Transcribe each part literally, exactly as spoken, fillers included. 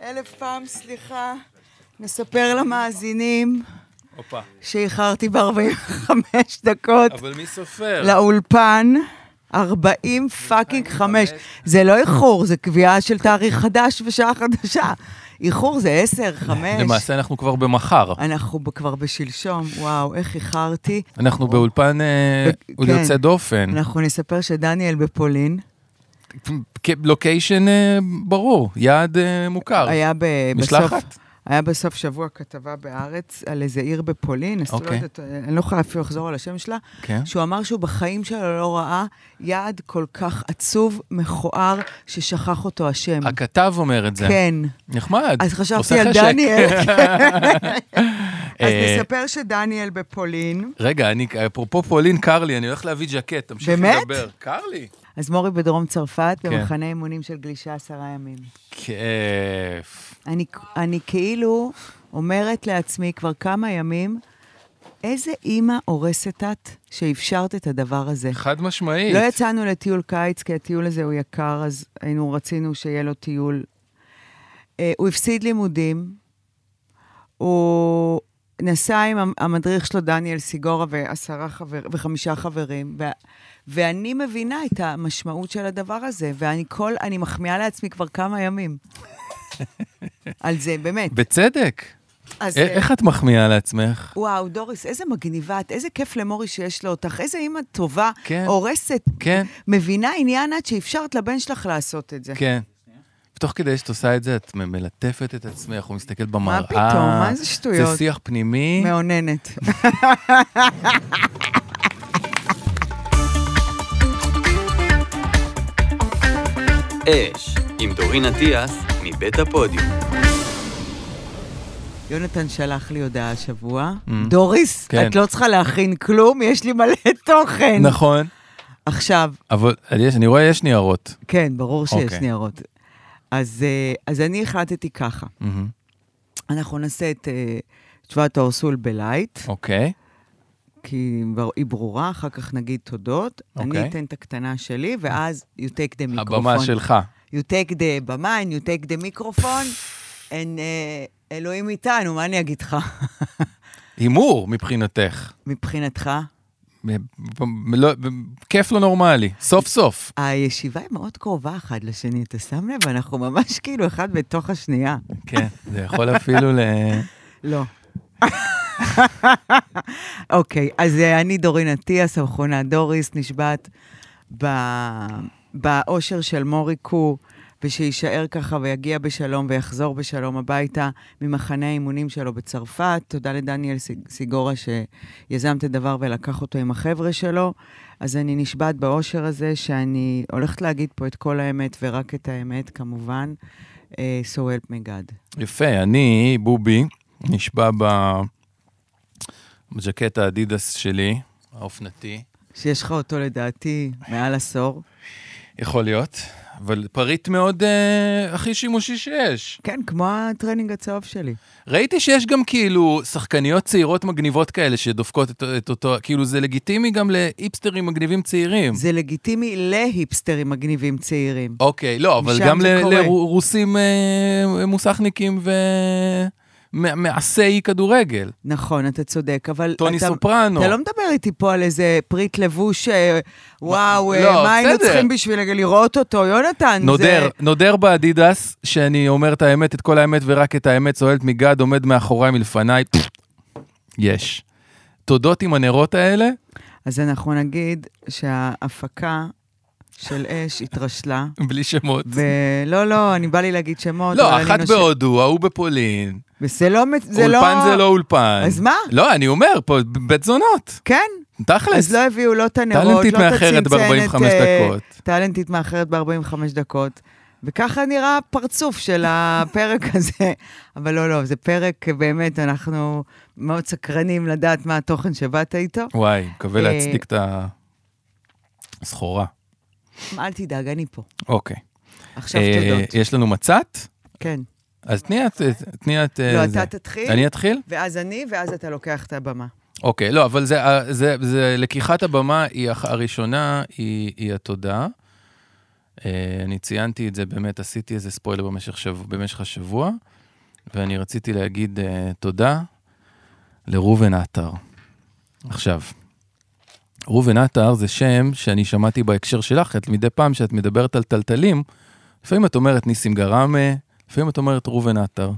אלף פעם סליחה, נספר למאזינים שאיחרתי ב-ארבעים וחמש דקות. אבל מי סופר? לאולפן, ארבעים פאקינג חמש. זה לא איחור, זה קביעה של תאריך חדש ושעה חדשה. איחור זה עשר, חמש. למעשה אנחנו כבר במחר. אנחנו כבר בשלשום, וואו, איך איחרתי. אנחנו באולפן הוא יוצא דופן. אנחנו נספר שדניאל בפולין. לוקיישן ברור, יעד מוכר. היה משלחת? בסוף, היה בסוף שבוע כתבה בארץ על איזה עיר בפולין, okay. לא יודעת, אני לא יכולה אפילו לחזור על השם שלה, okay. שהוא אמר שהוא בחיים שלו לא ראה יעד כל כך עצוב, מכוער, ששכח אותו השם. הכתב אומר את זה. כן. נחמד. אז חשבתי על דניאל. אז נספר שדניאל בפולין. רגע, אני, אפרופו פולין, קר לי, אני הולך להביא ג'קט, תמשיך באמת? לדבר. קר לי. אז מורי בדרום צרפת, כן. במחנה אימונים של גלישה עשרה ימים. כיף. אני, אני כאילו אומרת לעצמי כבר כמה ימים, איזה אימא הורסת את שאפשרת את הדבר הזה. חד משמעית. לא יצאנו לטיול קיץ, כי הטיול הזה הוא יקר, אז היינו רצינו שיהיה לו טיול. אה, הוא הפסיד לימודים, הוא נסע עם המדריך שלו, דניאל סיגורה, ועשרה חבר, וחמישה חברים, ו... ואני מבינה את המשמעות של הדבר הזה, ואני כל, אני מחמיאה לעצמי כבר כמה ימים. על זה, באמת. בצדק. אז, איך את מחמיאה לעצמך? וואו, דוריס, איזה מגניבת, איזה כיף למורי שיש לו אותך, איזה אימא טובה, כן. הורסת, כן. מבינה עניין עד שאפשרת לבן שלך לעשות את זה. כן. ותוך כדי שאת עושה את זה, את מלטפת את עצמך, ומסתכלת במראה. מה פתאום? מה זה שטויות? זה שיח פנימי. מעוננת. אש, עם דורין אטיאס, מבית הפודיום. יונתן שלח לי הודעה השבוע. דוריס, את לא צריכה להכין כלום, יש לי מלא תוכן. נכון. עכשיו. אבל אני רואה יש ניירות. כן, ברור שיש ניירות. אז אני החלטתי ככה. אנחנו נעשה את תשובת האורסול בלייט. אוקיי. כי היא ברורה, אחר כך נגיד תודות. אני אתן את הקטנה שלי, ואז you take the microphone. הבמה שלך. You take the במה, and you take the microphone, and אלוהים איתנו, מה אני אגיד לך? הימור מבחינתך. מבחינתך? כיף לא נורמלי, סוף סוף. הישיבה היא מאוד קרובה אחד לשני, אתה שם לב? אנחנו ממש כאילו אחד בתוך השנייה. כן, זה יכול אפילו ל... לא. אוקיי, אז אני דורין אטיאס, המכונה דוריס, נשבעת באושר של מוריקו, ושישאר ככה ויגיע בשלום ויחזור בשלום הביתה ממחנה האימונים שלו בצרפת. תודה לדניאל סיגורה שיזם את הדבר ולקח אותו עם החבר'ה שלו. אז אני נשבעת באושר הזה שאני הולכת להגיד פה את כל האמת ורק את האמת כמובן. Uh, so help me God. יפה, אני, בובי, נשבע בג'קט האדידס שלי, האופנתי. שיש לך אותו לדעתי מעל עשור. יכול להיות. אבל פריט מאוד אה, הכי שימושי שיש. כן, כמו הטרנינג הצהוב שלי. ראיתי שיש גם כאילו שחקניות צעירות מגניבות כאלה שדופקות את, את אותו, כאילו זה לגיטימי גם להיפסטרים מגניבים צעירים. זה לגיטימי להיפסטרים מגניבים צעירים. אוקיי, לא, אבל גם ל- לרוסים אה, מוסכניקים ו... מעשי כדורגל. נכון, אתה צודק, אבל... טוני אתה, סופרנו. אתה לא מדבר איתי פה על איזה פריט לבוש, וואו, לא, מה היינו צריכים בשביל לראות אותו, יונתן? נודר, זה... נודר באדידס, שאני אומר את האמת, את כל האמת ורק את האמת, צועלת מגד, עומד מאחוריי מלפניי, יש. תודות עם הנרות האלה? אז אנחנו נגיד שההפקה של אש התרשלה. בלי שמות. ולא, לא, אני בא לי להגיד שמות. לא, אחת בהודו, ההוא בפולין. וזה לא... אולפן זה לא אולפן. אז מה? לא, אני אומר, פה בית זונות. כן. תכלס. אז לא הביאו לא את הנרות, טלנטית מאחרת ב-ארבעים וחמש דקות. טלנטית מאחרת ב-ארבעים וחמש דקות. וככה נראה פרצוף של הפרק הזה. אבל לא, לא, זה פרק באמת, אנחנו מאוד סקרנים לדעת מה התוכן שבאת איתו. וואי, מקווה להצדיק את הסחורה. אל תדאג, אני פה. אוקיי. עכשיו תודות. יש לנו מצאת? כן. אז תני את... תני את... לא, אתה תתחיל. אני אתחיל? ואז אני, ואז אתה לוקח את הבמה. אוקיי, לא, אבל זה, זה, זה, לקיחת הבמה היא הראשונה, היא, היא התודה. אני ציינתי את זה, באמת עשיתי איזה ספוילר במשך, שבוע, במשך השבוע, ואני רציתי להגיד תודה לראובן עטר. עכשיו, ראובן עטר זה שם שאני שמעתי בהקשר שלך, את מדי פעם שאת מדברת על טלטלים, לפעמים את אומרת ניסים גרמה, לפעמים את אומרת ראובן עטר.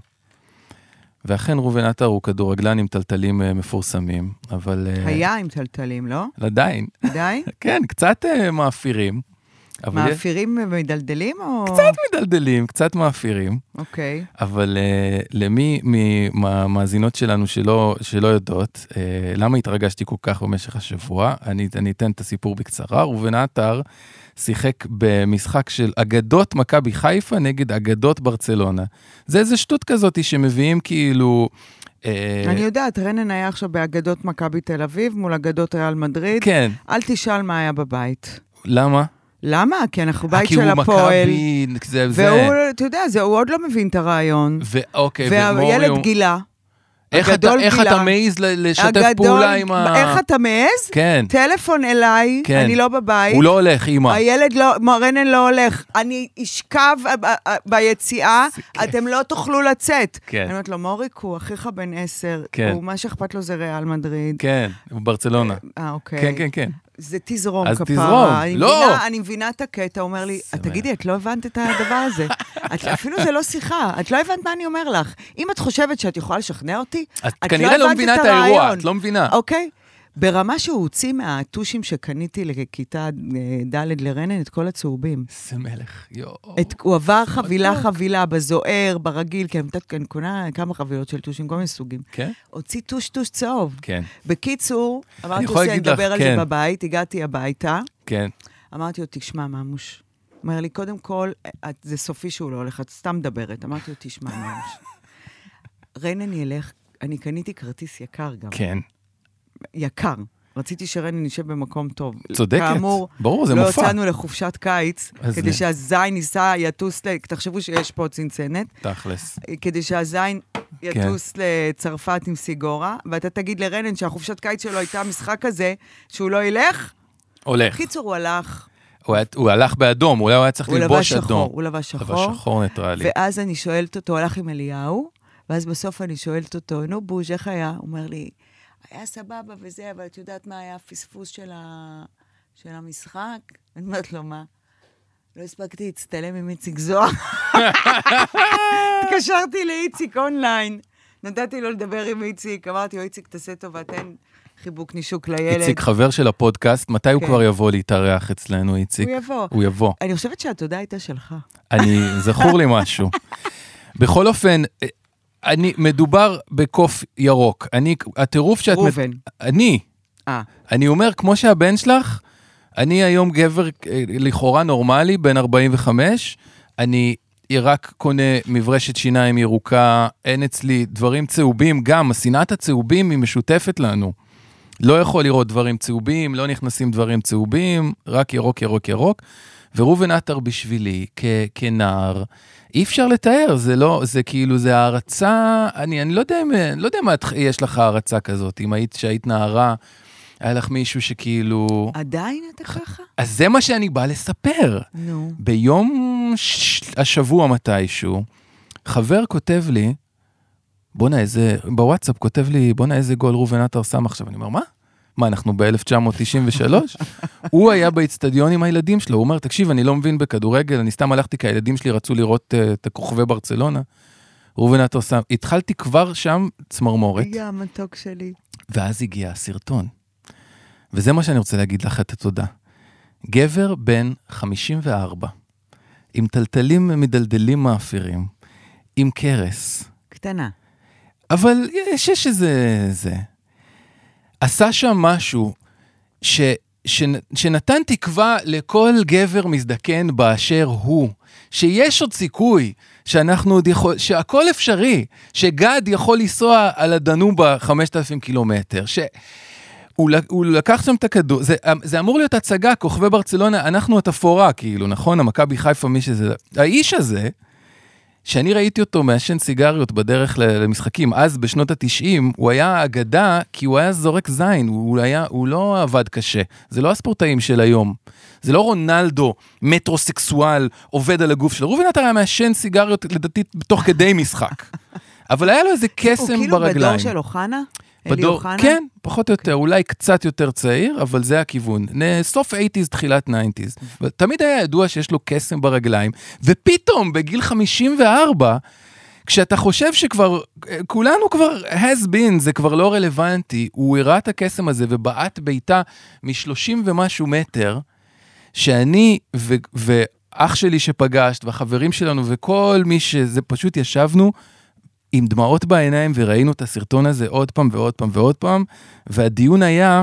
ואכן ראובן עטר הוא כדורגלן עם טלטלים מפורסמים, אבל... היה עם טלטלים, לא? עדיין. עדיין? כן, קצת מאפירים. מאפירים מדלדלים או... קצת מדלדלים, קצת מאפירים. אוקיי. אבל uh, למי מהמאזינות שלנו שלא, שלא יודעות, uh, למה התרגשתי כל כך במשך השבוע? אני, אני אתן את הסיפור בקצרה. ראובן עטר שיחק במשחק של אגדות מכבי חיפה נגד אגדות ברצלונה. זה איזה שטות כזאת שמביאים כאילו... אני יודעת, רנן היה עכשיו באגדות מכבי תל אביב מול אגדות ריאל מדריד. כן. אל תשאל מה היה בבית. למה? למה? כי אנחנו בית של הפועל. כי הוא מכבי, זה זה. והוא, אתה יודע, זה, הוא עוד לא מבין את הרעיון. ואוקיי, והילד גילה. איך אתה, איך אתה מעיז לשתף הגדול, פעולה עם ה... איך אתה מעז? כן. טלפון אליי, כן. אני לא בבית. הוא לא הולך, אמא. הילד לא, רנן לא הולך. אני אשכב ביציאה, אתם לא תוכלו לצאת. כן. אני אומרת לו, מוריק, הוא אחיך בן עשר, כן. הוא, מה שאכפת לו זה ריאל מדריד. כן, הוא ברצלונה. אה, אוקיי. כן, כן, כן. זה תזרום אז כפרה. תזרום, אני לא. מבינה, אני מבינה את הקטע, אומר לי, תגידי, את לא הבנת את הדבר הזה. את, אפילו זה לא שיחה, את לא הבנת מה אני אומר לך. אם את חושבת שאת יכולה לשכנע אותי, את, את כנראה לא לא מבינה את האירוע, את לא מבינה. אוקיי? ברמה שהוא הוציא מהטושים שקניתי לכיתה ד' לרנן את כל הצהובים. זה מלך, יו. את, הוא עבר חבילה חבילה, בזוהר, ברגיל, כי אני קונה כמה חבילות של טושים, כל מיני סוגים. כן? הוציא טוש טוש צהוב. כן. בקיצור, אמרתי לו, אני אדבר על כן. זה בבית, הגעתי הביתה. כן. אמרתי לו, תשמע, ממוש. אומר לי, קודם כל, את, זה סופי שהוא לא הולך, את סתם מדברת. אמרתי לו, תשמע, ממוש. רנן ילך, אני קניתי כרטיס יקר גם. כן. יקר. רציתי שרנן נשב במקום טוב. צודקת. כאמור, ברור, זה לא מופע. לא יצאנו לחופשת קיץ, כדי שהזין ניסה יטוס, תחשבו שיש פה צנצנת. תכלס. כדי שהזין יטוס לצרפת עם סיגורה, ואתה תגיד לרנן שהחופשת קיץ שלו הייתה משחק כזה, שהוא לא ילך. הולך. קיצור, הוא הלך. הוא, היה, הוא הלך באדום, אולי הוא היה צריך ללבוש שחור, אדום. הוא לבש שחור. לבש שחור ניטרלי. ואז אני שואלת אותו, הוא הלך עם אליהו, ואז בסוף אני שואלת אותו, נו בוז' איך היה? הוא אומר לי, היה סבבה וזה, אבל את יודעת מה היה הפספוס של, ה... של המשחק? אני אומרת לו, מה? לא הספקתי להצטלם עם איציק זוהר. התקשרתי לאיציק אונליין. נתתי לו לדבר עם איציק, אמרתי לו, איציק, תעשה טובה, תן חיבוק נישוק לילד. איציק, חבר של הפודקאסט, מתי הוא כבר יבוא להתארח אצלנו, איציק? הוא יבוא. הוא יבוא. אני חושבת שהתודה הייתה שלך. אני, זכור לי משהו. בכל אופן, אני, מדובר בקוף ירוק. אני, הטירוף שאת... ראובן. אני. אה. אני אומר, כמו שהבן שלך, אני היום גבר לכאורה נורמלי, בן ארבעים וחמש, אני רק קונה מברשת שיניים ירוקה, אין אצלי דברים צהובים, גם השנאת הצהובים היא משותפת לנו. לא יכול לראות דברים צהובים, לא נכנסים דברים צהובים, רק ירוק, ירוק, ירוק. וראובן עטר בשבילי, כ- כנער, אי אפשר לתאר, זה לא, זה כאילו, זה הערצה, אני, אני לא יודע, לא יודע מה יש לך הערצה כזאת, אם היית, שהיית נערה, היה לך מישהו שכאילו... עדיין אתה ככה? אז זה מה שאני בא לספר. נו. ביום ש... השבוע מתישהו, חבר כותב לי, בונה איזה, בוואטסאפ כותב לי, בונה איזה גול ראובן עטר שם עכשיו. אני אומר, מה? מה, אנחנו ב-אלף תשע מאות תשעים ושלוש? הוא היה באצטדיון עם הילדים שלו, הוא אומר, תקשיב, אני לא מבין בכדורגל, אני סתם הלכתי, כי הילדים שלי רצו לראות uh, את הכוכבי ברצלונה. ראובן עטר שם, התחלתי כבר שם צמרמורת. יא, המתוק שלי. ואז הגיע הסרטון. וזה מה שאני רוצה להגיד לך את התודה. גבר בן חמישים וארבע, עם טלטלים מדלדלים מאפירים, עם קרס. קטנה. אבל יש, יש איזה, זה. עשה שם משהו ש, ש, שנתן תקווה לכל גבר מזדקן באשר הוא, שיש עוד סיכוי שאנחנו עוד יכול, שהכל אפשרי, שגד יכול לנסוע על הדנובה חמשת אלפים קילומטר, ש... הוא, הוא לקח שם את הכדור, זה, זה אמור להיות הצגה, כוכבי ברצלונה, אנחנו התפורה, כאילו, נכון? המכבי חיפה, מי שזה... האיש הזה שאני ראיתי אותו מעשן סיגריות בדרך למשחקים, אז בשנות ה-תשעים, הוא היה אגדה, כי הוא היה זורק זין, הוא, היה, הוא לא עבד קשה. זה לא הספורטאים של היום. זה לא רונלדו, מטרוסקסואל, עובד על הגוף שלו. ראובן עטר היה מעשן סיגריות, לדעתי, תוך כדי משחק. אבל היה לו איזה קסם ברגליים. הוא כאילו בדור של אוחנה? אלי אוחנה? כן, פחות או יותר, אולי קצת יותר צעיר, אבל זה הכיוון. סוף שמונים, תחילת תשעים. תמיד היה ידוע שיש לו קסם ברגליים, ופתאום, בגיל חמישים וארבע, כשאתה חושב שכבר, כולנו כבר has been, זה כבר לא רלוונטי, הוא הראה את הקסם הזה, ובעט ביתה משלושים ומשהו מטר, שאני ו- ואח שלי שפגשת, והחברים שלנו, וכל מי שזה פשוט ישבנו, עם דמעות בעיניים, וראינו את הסרטון הזה עוד פעם ועוד פעם ועוד פעם, והדיון היה,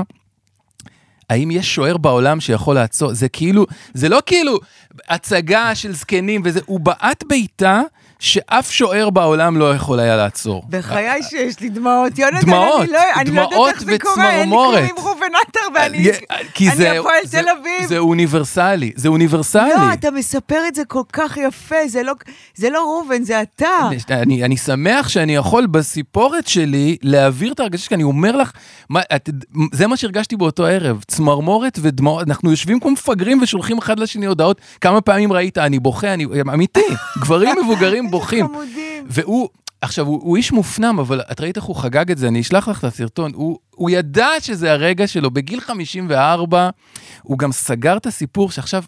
האם יש שוער בעולם שיכול לעצור? זה כאילו, זה לא כאילו הצגה של זקנים, וזה, הוא בעט ביתה, שאף שוער בעולם לא יכול היה לעצור. בחיי שיש לי דמעות, יונתן, דמעות, אני לא, אני לא יודעת איך זה קורה, אין לי קוראים ראובן עטר, ואני אני הפועל תל אביב. זה אוניברסלי, זה אוניברסלי. לא, אתה מספר את זה כל כך יפה, זה לא, זה לא ראובן, זה אתה. אני, אני שמח שאני יכול בסיפורת שלי להעביר את הרגשה, כי אני אומר לך, מה, את, זה מה שהרגשתי באותו ערב, צמרמורת ודמעות, אנחנו יושבים כמו מפגרים ושולחים אחד לשני הודעות, כמה פעמים ראית, אני בוכה, אני, אמיתי, גברים מבוגרים בוכים. והוא, עכשיו, הוא, הוא איש מופנם, אבל את ראית איך הוא חגג את זה, אני אשלח לך את הסרטון, הוא, הוא ידע שזה הרגע שלו, בגיל חמישים וארבע, הוא גם סגר את הסיפור, שעכשיו,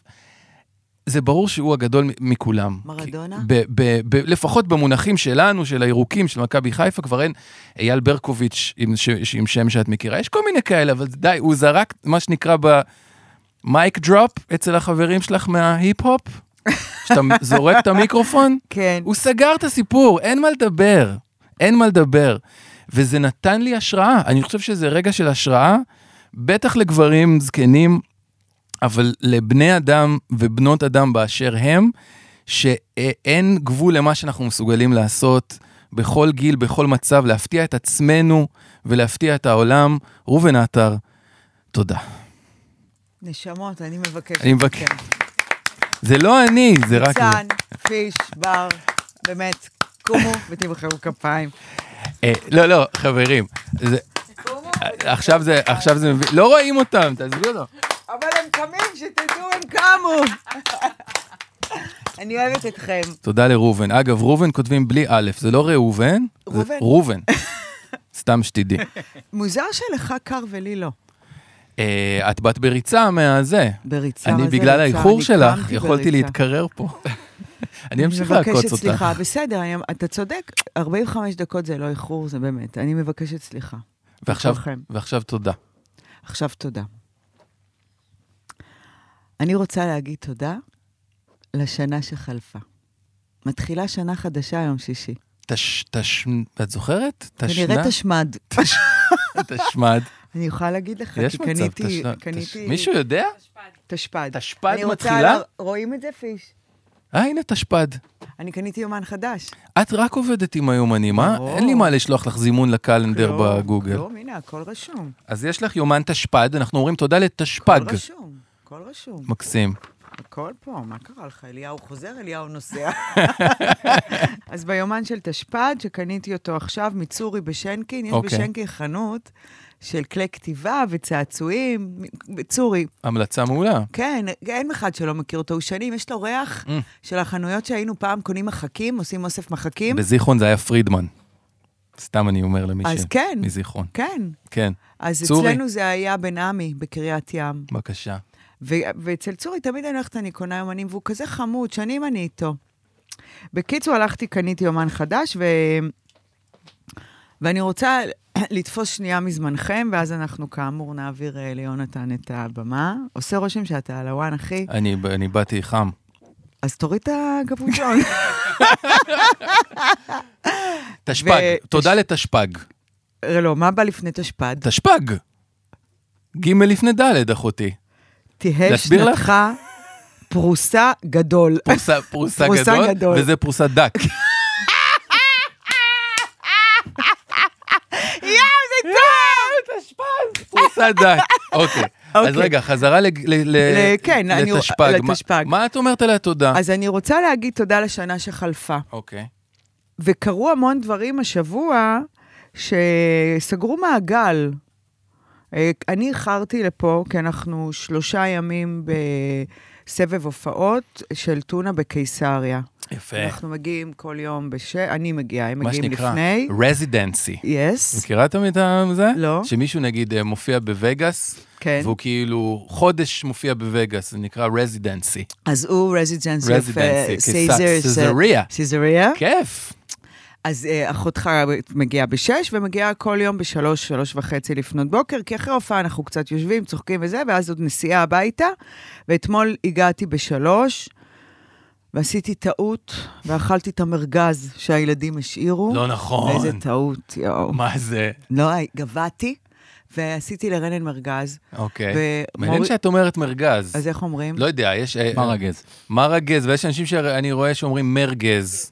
זה ברור שהוא הגדול מכולם. מרדונה? ב, ב, ב, לפחות במונחים שלנו, של הירוקים, של מכבי חיפה, כבר אין אייל ברקוביץ' עם, ש, עם שם שאת מכירה, יש כל מיני כאלה, אבל די, הוא זרק מה שנקרא במייק דרופ, אצל החברים שלך מההיפ-הופ, שאתה זורק את המיקרופון, כן. הוא סגר את הסיפור, אין מה לדבר, אין מה לדבר. וזה נתן לי השראה, אני חושב שזה רגע של השראה, בטח לגברים זקנים, אבל לבני אדם ובנות אדם באשר הם, שאין גבול למה שאנחנו מסוגלים לעשות, בכל גיל, בכל מצב, להפתיע את עצמנו, ולהפתיע את העולם. ראובן עטר, תודה. נשמות, אני מבקשת. אני מבקש. זה לא אני, זה רק... ניצן, פיש, בר, באמת, קומו ותמחאו כפיים. לא, לא, חברים. עכשיו זה, עכשיו זה, לא רואים אותם, תעזבי אותו. אבל הם קמים, שתדעו, הם קמו. אני אוהבת אתכם. תודה לראובן. אגב, ראובן כותבים בלי א', זה לא ראובן, זה ראובן. סתם שתדעי. מוזר שלך קר ולי לא. את בת בריצה מהזה. בריצה, אני בגלל האיחור שלך, יכולתי להתקרר פה. אני אמשיך לעקוץ אותך. סליחה, בסדר, אתה צודק, ארבעים וחמש דקות זה לא איחור, זה באמת. אני מבקשת סליחה. ועכשיו תודה. עכשיו תודה. אני רוצה להגיד תודה לשנה שחלפה. מתחילה שנה חדשה יום שישי. תש, תש, את זוכרת? כנראה תשמד. תשמד. אני יכולה להגיד לך, יש כי מצב, קניתי, תש... קניתי... מישהו יודע? תשפד. תשפד אני מתחילה? רוצה... רואים את זה, פיש? אה, הנה תשפד. אני קניתי יומן חדש. את רק עובדת עם היומנים, אה? אין לי מה לשלוח לך זימון לקלנדר בגוגל. לא, הנה, הכל רשום. אז יש לך יומן תשפד, אנחנו אומרים תודה לתשפג. הכל רשום, הכל רשום. מקסים. הכל פה, מה קרה לך? אליהו חוזר, אליהו נוסע. אז ביומן של תשפד, שקניתי אותו עכשיו, מצורי בשנקין, יש בשנקין חנות של כלי כתיבה וצעצועים, בצורי. המלצה מעולה. כן, אין אחד שלא מכיר אותו, הוא שנים, יש לו ריח של החנויות שהיינו פעם קונים מחקים, עושים אוסף מחקים. בזיכרון זה היה פרידמן. סתם אני אומר למי ש... אז כן. מזיכרון. כן. כן. אז אצלנו זה היה בן עמי, בקריית ים. בבקשה. ואצל צורי תמיד אני הולכת, אני קונה יומנים, והוא כזה חמוד, שנים אני איתו. בקיצור, הלכתי, קניתי יומן חדש, ו... ואני רוצה לתפוס שנייה מזמנכם, ואז אנחנו כאמור נעביר ליונתן את הבמה. עושה רושם שאתה על הוואן, אחי. אני, אני באתי חם. אז תוריד את הגבוזון. תשפג, תודה לתשפג. לא, מה בא לפני תשפד? תשפג. ג' לפני ד', אחותי. תהיה שנתך פרוסה גדול. פרוסה, פרוסה גדול, גדול, וזה פרוסה דק. יאו, זה טוב! תשפג, פרוסה דק. אוקיי. אז רגע, חזרה לתשפ"ג. מה את אומרת על התודה? אז אני רוצה להגיד תודה לשנה שחלפה. אוקיי. וקרו המון דברים השבוע שסגרו מעגל. אני איחרתי לפה, כי אנחנו שלושה ימים בסבב הופעות של טונה בקיסריה. יפה. אנחנו מגיעים כל יום בשש, אני מגיעה, הם מגיעים לפני. מה שנקרא, רזידנסי. Yes. מכירה תמיד את זה? לא. שמישהו נגיד מופיע בווגאס, כן. והוא כאילו חודש מופיע בווגאס, זה נקרא רזידנסי. אז הוא רזידנסי. רזידנסי, סיזריה. סיזריה? כיף. אז uh, אחותך מגיעה בשש, ומגיעה כל יום בשלוש, שלוש וחצי לפנות בוקר, כי אחרי הופעה אנחנו קצת יושבים, צוחקים וזה, ואז עוד נסיעה הביתה, ואתמול הגעתי בשלוש, ועשיתי טעות, ואכלתי את המרגז שהילדים השאירו. לא נכון. ואיזה טעות, יואו. מה זה? לא, גבעתי, ועשיתי לרנן מרגז. אוקיי. מעניין שאת אומרת מרגז. אז איך אומרים? לא יודע, יש... מרגז. מרגז, ויש אנשים שאני רואה שאומרים מרגז.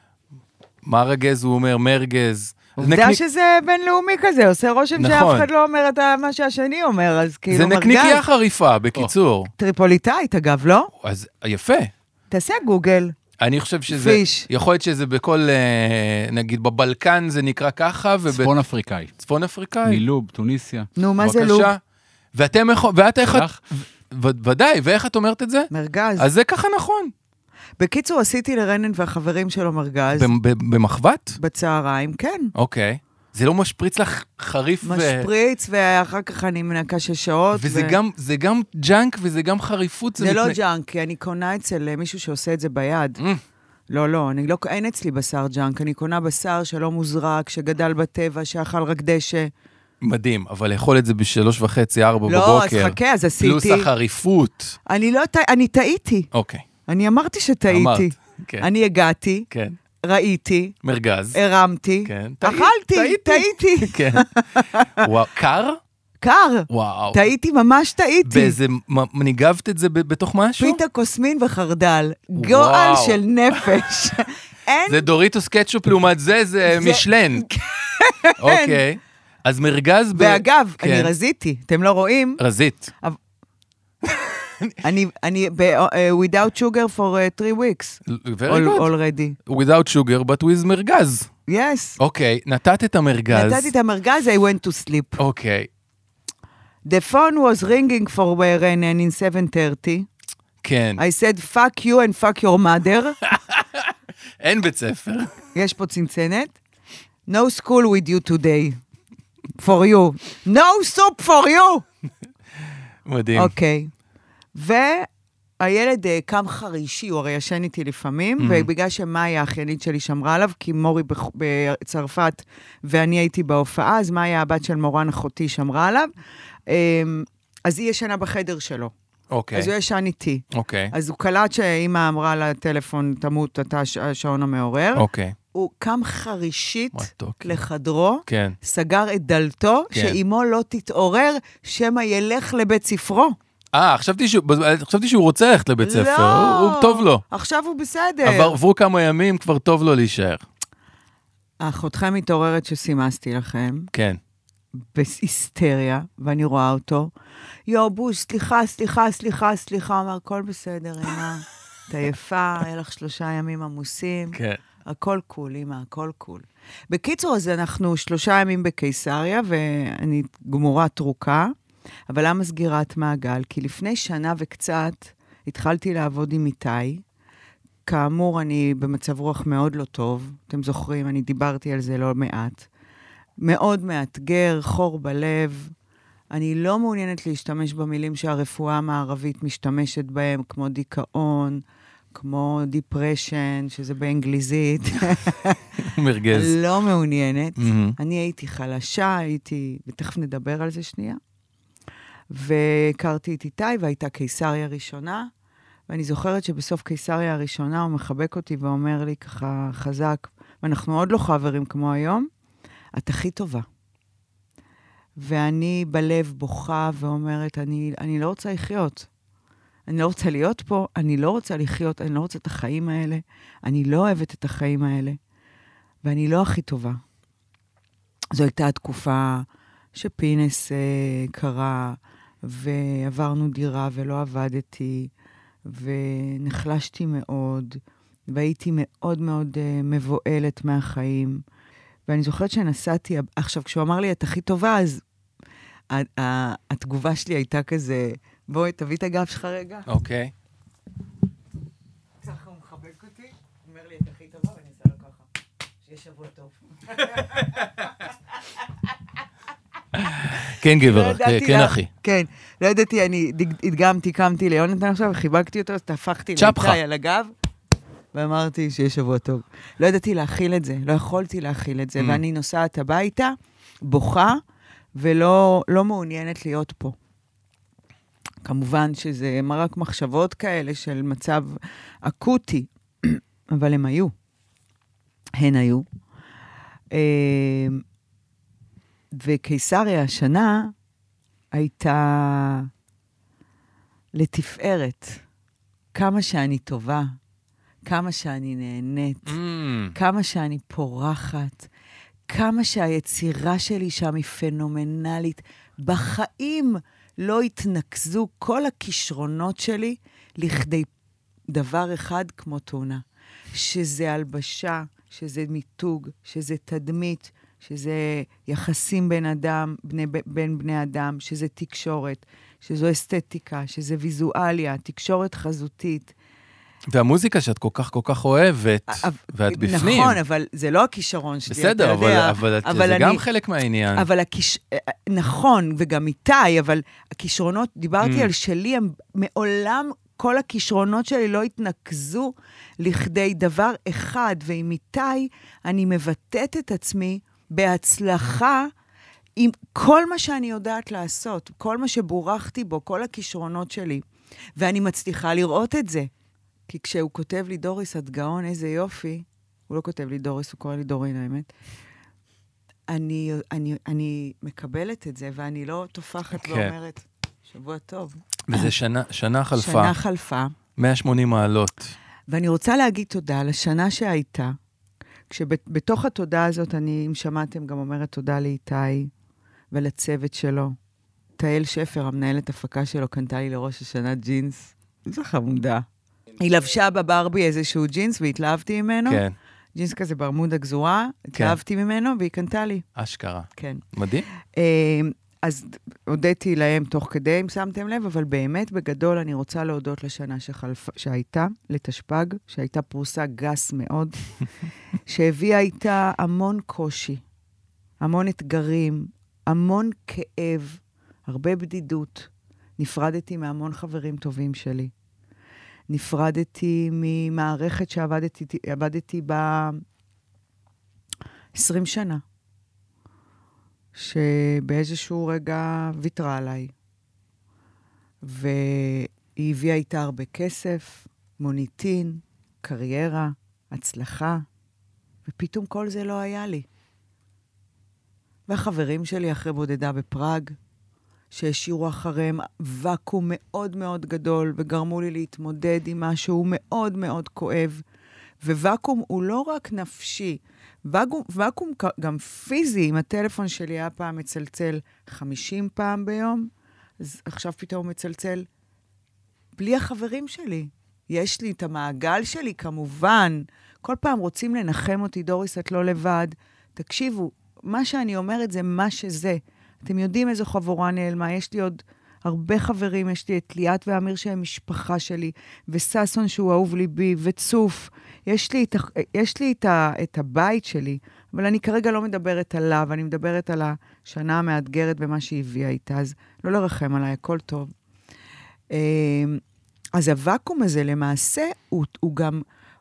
מרגז הוא אומר מרגז. עובדה שזה בינלאומי כזה, עושה רושם שאף אחד לא אומר את מה שהשני אומר, אז כאילו זה מרגז. נקניקיה חריפה, בקיצור. טריפוליטאית, אגב, לא? אז יפה. תעשה גוגל. אני חושב שזה... פיש. יכול להיות שזה בכל, נגיד, בבלקן זה נקרא ככה, צפון אפריקאי. צפון אפריקאי. מלוב, טוניסיה. נו, מה זה לוב? ואתם, ואת איך... ודאי, ואיך את אומרת את זה? מרגז. אז זה ככה נכון. בקיצור, עשיתי לרנן והחברים שלו מרגז. במחבת? בצהריים, כן. אוקיי. זה לא משפריץ לך חריף ו... משפריץ, ואחר כך אני מנקה שש שעות. וזה גם ג'אנק וזה גם חריפות. זה לא ג'אנק, כי אני קונה אצל מישהו שעושה את זה ביד. לא, לא, אין אצלי בשר ג'אנק. אני קונה בשר שלא מוזרק, שגדל בטבע, שאכל רק דשא. מדהים, אבל לאכול את זה בשלוש וחצי, ארבע בבוקר. לא, אז חכה, אז עשיתי. פלוס החריפות. אני לא, אני טעיתי. אוקיי. אני אמרתי שטעיתי. אני הגעתי, ראיתי, מרגז, הרמתי, אכלתי, טעיתי. וואו, קר? קר. וואו. טעיתי, ממש טעיתי. באיזה, ניגבת את זה בתוך משהו? פיתה קוסמין וחרדל. גועל של נפש. זה דוריטוס קטשופ לעומת זה, זה משלן. אוקיי. אז מרגז... ואגב, אני רזיתי, אתם לא רואים? רזית. אני, אני, without sugar for uh, three weeks. Very good. Already. Without sugar, but with מרגז. Yes. אוקיי, נתת את המרגז. נתתי את המרגז, I went to sleep. אוקיי. The phone was ringing for Renan in seven thirty. כן. I said, fuck you and fuck your mother. אין בית ספר. יש פה צנצנת. No school with you today. For you. No soup for you. מדהים. אוקיי. והילד קם חרישי, הוא הרי ישן איתי לפעמים, mm-hmm. ובגלל שמאיה האחיינית שלי שמרה עליו, כי מורי בצרפת ואני הייתי בהופעה, אז מאיה הבת של מורן אחותי שמרה עליו, אז היא ישנה בחדר שלו. אוקיי. אז הוא ישן איתי. אוקיי. אז הוא קלט שאמא אמרה לטלפון, תמות, אתה השעון המעורר. אוקיי. הוא קם חרישית לחדרו, כן. סגר את דלתו, כן. שאימו לא תתעורר, שמא ילך לבית ספרו. אה, חשבתי שהוא, חשבתי שהוא רוצה ללכת לבית ספר. לא. הוא, הוא טוב לו. עכשיו הוא בסדר. עבר, עברו כמה ימים, כבר טוב לו להישאר. אחותכם מתעוררת שסימסתי לכם. כן. בהיסטריה, ואני רואה אותו. יו, בוש, סליחה, סליחה, סליחה, סליחה. אומר, הכל בסדר, אמא. אתה יפה, היה לך שלושה ימים עמוסים. כן. הכל קול, אמא, הכל קול. בקיצור, אז אנחנו שלושה ימים בקיסריה, ואני גמורה תרוקה. אבל למה סגירת מעגל? כי לפני שנה וקצת התחלתי לעבוד עם איתי. כאמור, אני במצב רוח מאוד לא טוב. אתם זוכרים, אני דיברתי על זה לא מעט. מאוד מאתגר, חור בלב. אני לא מעוניינת להשתמש במילים שהרפואה המערבית משתמשת בהם, כמו דיכאון, כמו דיפרשן, שזה באנגליזית. מרגז. לא מעוניינת. Mm-hmm. אני הייתי חלשה, הייתי, ותכף נדבר על זה שנייה. והכרתי את איתי, והייתה קיסריה ראשונה, ואני זוכרת שבסוף קיסריה הראשונה הוא מחבק אותי ואומר לי ככה חזק, ואנחנו עוד לא חברים כמו היום, את הכי טובה. ואני בלב בוכה ואומרת, אני, אני לא רוצה לחיות. אני לא רוצה להיות פה, אני לא רוצה לחיות, אני לא רוצה את החיים האלה, אני לא אוהבת את החיים האלה, ואני לא הכי טובה. זו הייתה התקופה שפינס אה, קרה, ועברנו דירה ולא עבדתי, ונחלשתי מאוד, והייתי מאוד מאוד uh, מבועלת מהחיים. ואני זוכרת שנסעתי, עכשיו, כשהוא אמר לי, את הכי טובה, אז ה- ה- התגובה שלי הייתה כזה, בואי, תביא את הגב שלך רגע. אוקיי. ככה הוא מחבק אותי, הוא אומר לי, את הכי טובה, ואני אעשה לו ככה. שיהיה שבוע טוב. כן, גבר, כן, אחי. כן, לא ידעתי, אני הדגמתי, קמתי ליונתן עכשיו, וחיבקתי אותו, אז תהפכתי צ'פחה. לאיתי על הגב, ואמרתי שיהיה שבוע טוב. לא ידעתי להכיל את זה, לא יכולתי להכיל את זה, ואני נוסעת הביתה, בוכה, ולא לא מעוניינת להיות פה. כמובן שזה רק מחשבות כאלה של מצב אקוטי, אבל הם היו. הן היו. וקיסריה השנה הייתה לתפארת. כמה שאני טובה, כמה שאני נהנית, mm. כמה שאני פורחת, כמה שהיצירה שלי שם היא פנומנלית. בחיים לא התנקזו כל הכישרונות שלי לכדי דבר אחד כמו תאונה. שזה הלבשה, שזה מיתוג, שזה תדמית, שזה יחסים בין אדם, בני, בין בני אדם, שזה תקשורת, שזו אסתטיקה, שזה ויזואליה, תקשורת חזותית. והמוזיקה שאת כל כך כל כך אוהבת, ואת בפנים. נכון, אבל זה לא הכישרון שלי, בסדר, אבל, יודע, אבל, אבל זה אני, גם חלק מהעניין. אבל הכיש... נכון, וגם איתי, אבל הכישרונות, דיברתי mm. על שלי, הם מעולם, כל הכישרונות שלי לא התנקזו לכדי דבר אחד, ועם איתי אני מבטאת את עצמי בהצלחה עם כל מה שאני יודעת לעשות, כל מה שבורחתי בו, כל הכישרונות שלי, ואני מצליחה לראות את זה. כי כשהוא כותב לי, דוריס, את גאון, איזה יופי, הוא לא כותב לי דוריס, הוא קורא לי דורין, האמת. אני, אני, אני מקבלת את זה, ואני לא תופחת okay. ואומרת, שבוע טוב. וזה שנה, שנה חלפה. שנה חלפה. מאה ושמונים מעלות. ואני רוצה להגיד תודה לשנה שהייתה, כשבתוך התודה הזאת, אני, אם שמעתם, גם אומרת תודה לאיתי ולצוות שלו. תהל שפר, המנהלת הפקה שלו, קנתה לי לראש השנה ג'ינס. זו חמודה. היא לבשה בברבי איזשהו ג'ינס, והתלהבתי ממנו. כן. ג'ינס כזה ברמודה גזורה, התלהבתי ממנו, והיא קנתה לי. אשכרה. כן. מדהים. אז הודיתי להם תוך כדי, אם שמתם לב, אבל באמת בגדול אני רוצה להודות לשנה שחלפה, שהייתה, לתשפ"ג, שהייתה פרוסה גס מאוד, שהביאה איתה המון קושי, המון אתגרים, המון כאב, הרבה בדידות. נפרדתי מהמון חברים טובים שלי. נפרדתי ממערכת שעבדתי עבדתי בה עשרים שנה, שבאיזשהו רגע ויתרה עליי. והיא הביאה איתה הרבה כסף, מוניטין, קריירה, הצלחה, ופתאום כל זה לא היה לי. והחברים שלי אחרי בודדה בפראג, שהשאירו אחריהם וקום מאוד מאוד גדול, וגרמו לי להתמודד עם משהו מאוד מאוד כואב. ווקום הוא לא רק נפשי, וקום, וקום גם פיזי. אם הטלפון שלי היה פעם מצלצל חמישים פעם ביום, אז עכשיו פתאום הוא מצלצל בלי החברים שלי. יש לי את המעגל שלי, כמובן. כל פעם רוצים לנחם אותי, דוריס, את לא לבד. תקשיבו, מה שאני אומרת זה מה שזה. אתם יודעים איזו חבורה נעלמה, יש לי עוד הרבה חברים, יש לי את ליאת ואמיר שהם משפחה שלי, וססון שהוא אהוב ליבי, וצוף. יש לי, את, יש לי את, ה, את הבית שלי, אבל אני כרגע לא מדברת עליו, אני מדברת על השנה המאתגרת ומה שהיא הביאה איתה, אז לא לרחם עליי, הכל טוב. אז הוואקום הזה למעשה, הוא, הוא גם,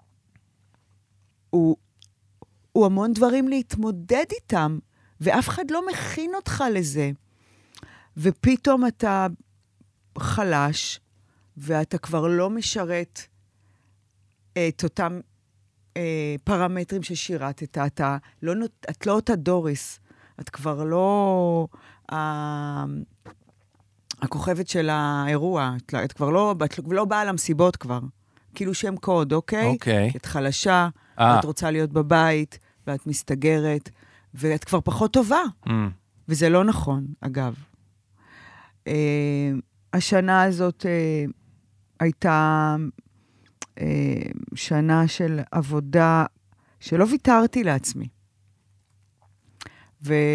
הוא, הוא המון דברים להתמודד איתם, ואף אחד לא מכין אותך לזה. ופתאום אתה חלש, ואתה כבר לא משרת את אותם אה, פרמטרים ששירתת. אתה לא, את לא אותה דוריס. את כבר לא אה, הכוכבת של האירוע. את, את כבר לא, את לא באה למסיבות כבר. כאילו שם קוד, אוקיי? אוקיי. את חלשה, אה. ואת רוצה להיות בבית, ואת מסתגרת, ואת כבר פחות טובה. Mm. וזה לא נכון, אגב. אה, השנה הזאת אה, הייתה אה, שנה של עבודה שלא ויתרתי לעצמי. ו...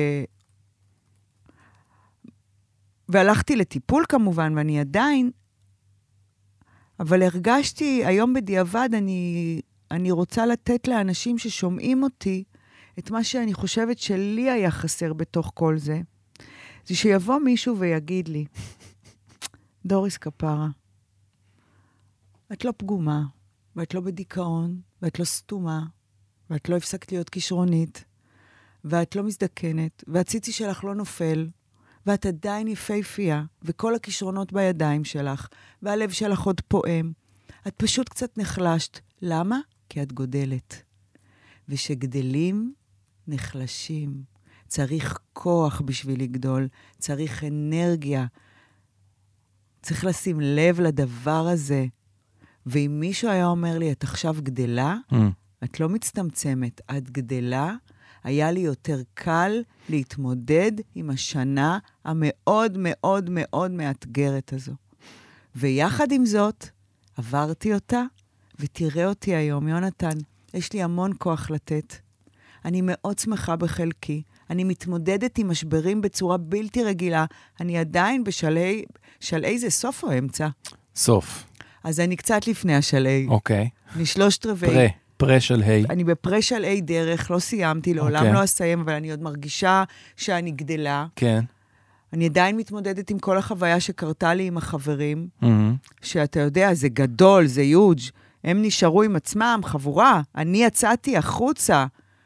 והלכתי לטיפול כמובן, ואני עדיין, אבל הרגשתי, היום בדיעבד, אני, אני רוצה לתת לאנשים ששומעים אותי, את מה שאני חושבת שלי היה חסר בתוך כל זה, זה שיבוא מישהו ויגיד לי, דוריס כפרה, את לא פגומה, ואת לא בדיכאון, ואת לא סתומה, ואת לא הפסקת להיות כישרונית, ואת לא מזדקנת, והציצי שלך לא נופל, ואת עדיין יפהפייה, וכל הכישרונות בידיים שלך, והלב שלך עוד פועם. את פשוט קצת נחלשת. למה? כי את גודלת. ושגדלים, נחלשים. צריך כוח בשביל לגדול, צריך אנרגיה. צריך לשים לב לדבר הזה. ואם מישהו היה אומר לי, את עכשיו גדלה, mm. את לא מצטמצמת, את גדלה, היה לי יותר קל להתמודד עם השנה המאוד מאוד מאוד מאתגרת הזו. ויחד עם זאת, עברתי אותה, ותראה אותי היום, יונתן, יש לי המון כוח לתת. אני מאוד שמחה בחלקי, אני מתמודדת עם משברים בצורה בלתי רגילה, אני עדיין בשלהי, שלהי זה סוף או אמצע? סוף. אז אני קצת לפני השלהי. אוקיי. אני שלושת רבעי. פרה. פרה של היי. אני בפרה של היי דרך, לא סיימתי, לעולם okay. לא אסיים, אבל אני עוד מרגישה שאני גדלה. כן. אני עדיין מתמודדת עם כל החוויה שקרתה לי עם החברים, Mm-hmm. שאתה יודע, זה גדול, זה יוג', הם נשארו עם עצמם, חבורה. אני יצאתי החוצה.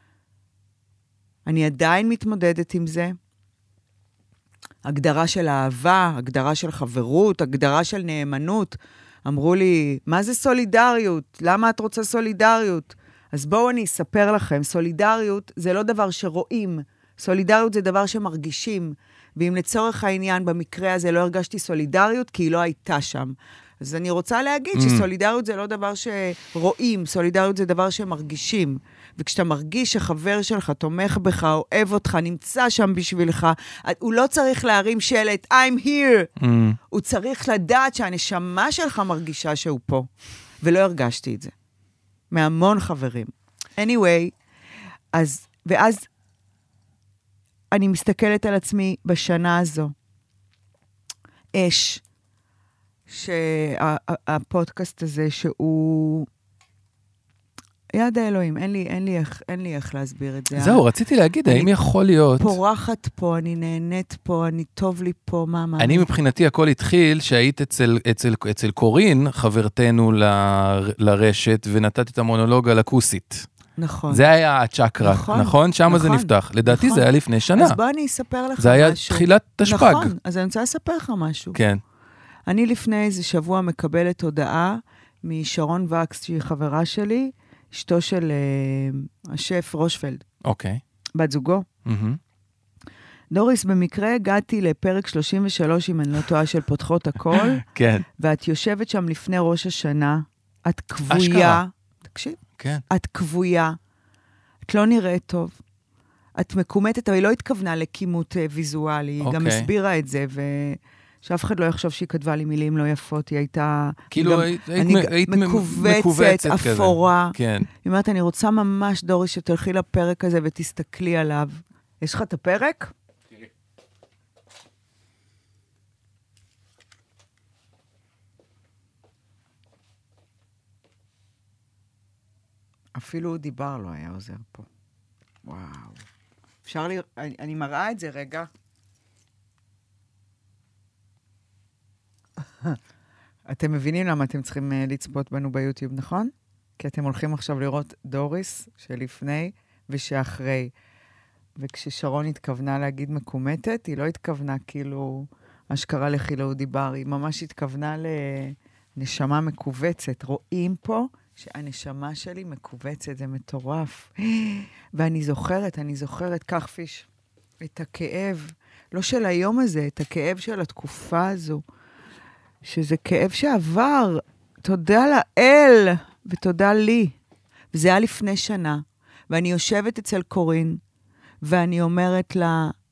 אני עדיין מתמודדת עם זה. הגדרה של אהבה, הגדרה של חברות, הגדרה של נאמנות. אמרו לי, מה זה סולידריות? למה את רוצה סולידריות? אז בואו אני אספר לכם, סולידריות זה לא דבר שרואים, סולידריות זה דבר שמרגישים, ואם לצורך העניין במקרה הזה לא הרגשתי סולידריות, כי היא לא הייתה שם. אז אני רוצה להגיד mm. שסולידריות זה לא דבר שרואים, סולידריות זה דבר שמרגישים. וכשאתה מרגיש שחבר שלך תומך בך, אוהב אותך, נמצא שם בשבילך, הוא לא צריך להרים שלט, I'm here. Mm. הוא צריך לדעת שהנשמה שלך מרגישה שהוא פה. ולא הרגשתי את זה. מהמון חברים. anyway, אז, ואז אני מסתכלת על עצמי בשנה הזו. אש. שהפודקאסט הזה שהוא יד האלוהים, אין לי, אין לי איך, אין לי איך להסביר את זה. זהו, רציתי להגיד, האם יכול להיות... פורחת פה, אני נהנית פה, אני טוב לי פה, מה, מה. אני מבחינתי הכל התחיל שהיית אצל, אצל, אצל קורין, חברתנו ל, לרשת, ונתת את המונולוג על הכוסית. נכון. זה היה הצ'קרה, נכון? נכון? שם נכון, זה נפתח. לדעתי נכון. זה היה לפני שנה. אז בוא אני אספר לך משהו. זה היה תחילת תשפ"ג. נכון, אז אני רוצה לספר לך משהו. כן. אני לפני איזה שבוע מקבלת הודעה משרון וקס, שהיא חברה שלי, אשתו של uh, השף רושפלד. אוקיי. בת זוגו. Mm-hmm. דוריס, במקרה הגעתי לפרק שלושים ושלוש, אם אני לא טועה, של פותחות הכל. כן. ואת יושבת שם לפני ראש השנה, את כבויה. אשכרה. תקשיב. כן. את כבויה. את לא נראית טוב. את מקומטת, אבל היא לא התכוונה לכימות ויזואלי. היא אוקיי. גם הסבירה את זה, ו... שאף אחד לא יחשוב שהיא כתבה לי מילים לא יפות, היא הייתה... כאילו גם, היית, אני, היית מקובצת, מקובצת אפורה. כזה. כן. היא אומרת, אני רוצה ממש, דורי, שתלכי לפרק הזה ותסתכלי עליו. יש לך את הפרק? תראי. אפילו דיבר לא היה עוזר פה. וואו. אפשר לי... אני, אני מראה את זה רגע. אתם מבינים למה אתם צריכים uh, לצפות בנו ביוטיוב, נכון? כי אתם הולכים עכשיו לראות דוריס שלפני ושאחרי. וכששרון התכוונה להגיד מקומטת, היא לא התכוונה כאילו אשכרה לחילו דיבר, היא ממש התכוונה לנשמה מקובצת. רואים פה שהנשמה שלי מקובצת, זה מטורף. ואני זוכרת, אני זוכרת, כך פיש, את הכאב, לא של היום הזה, את הכאב של התקופה הזו. שזה כאב שעבר, תודה לאל, ותודה לי. וזה היה לפני שנה, ואני יושבת אצל קורין, ואני אומרת לה,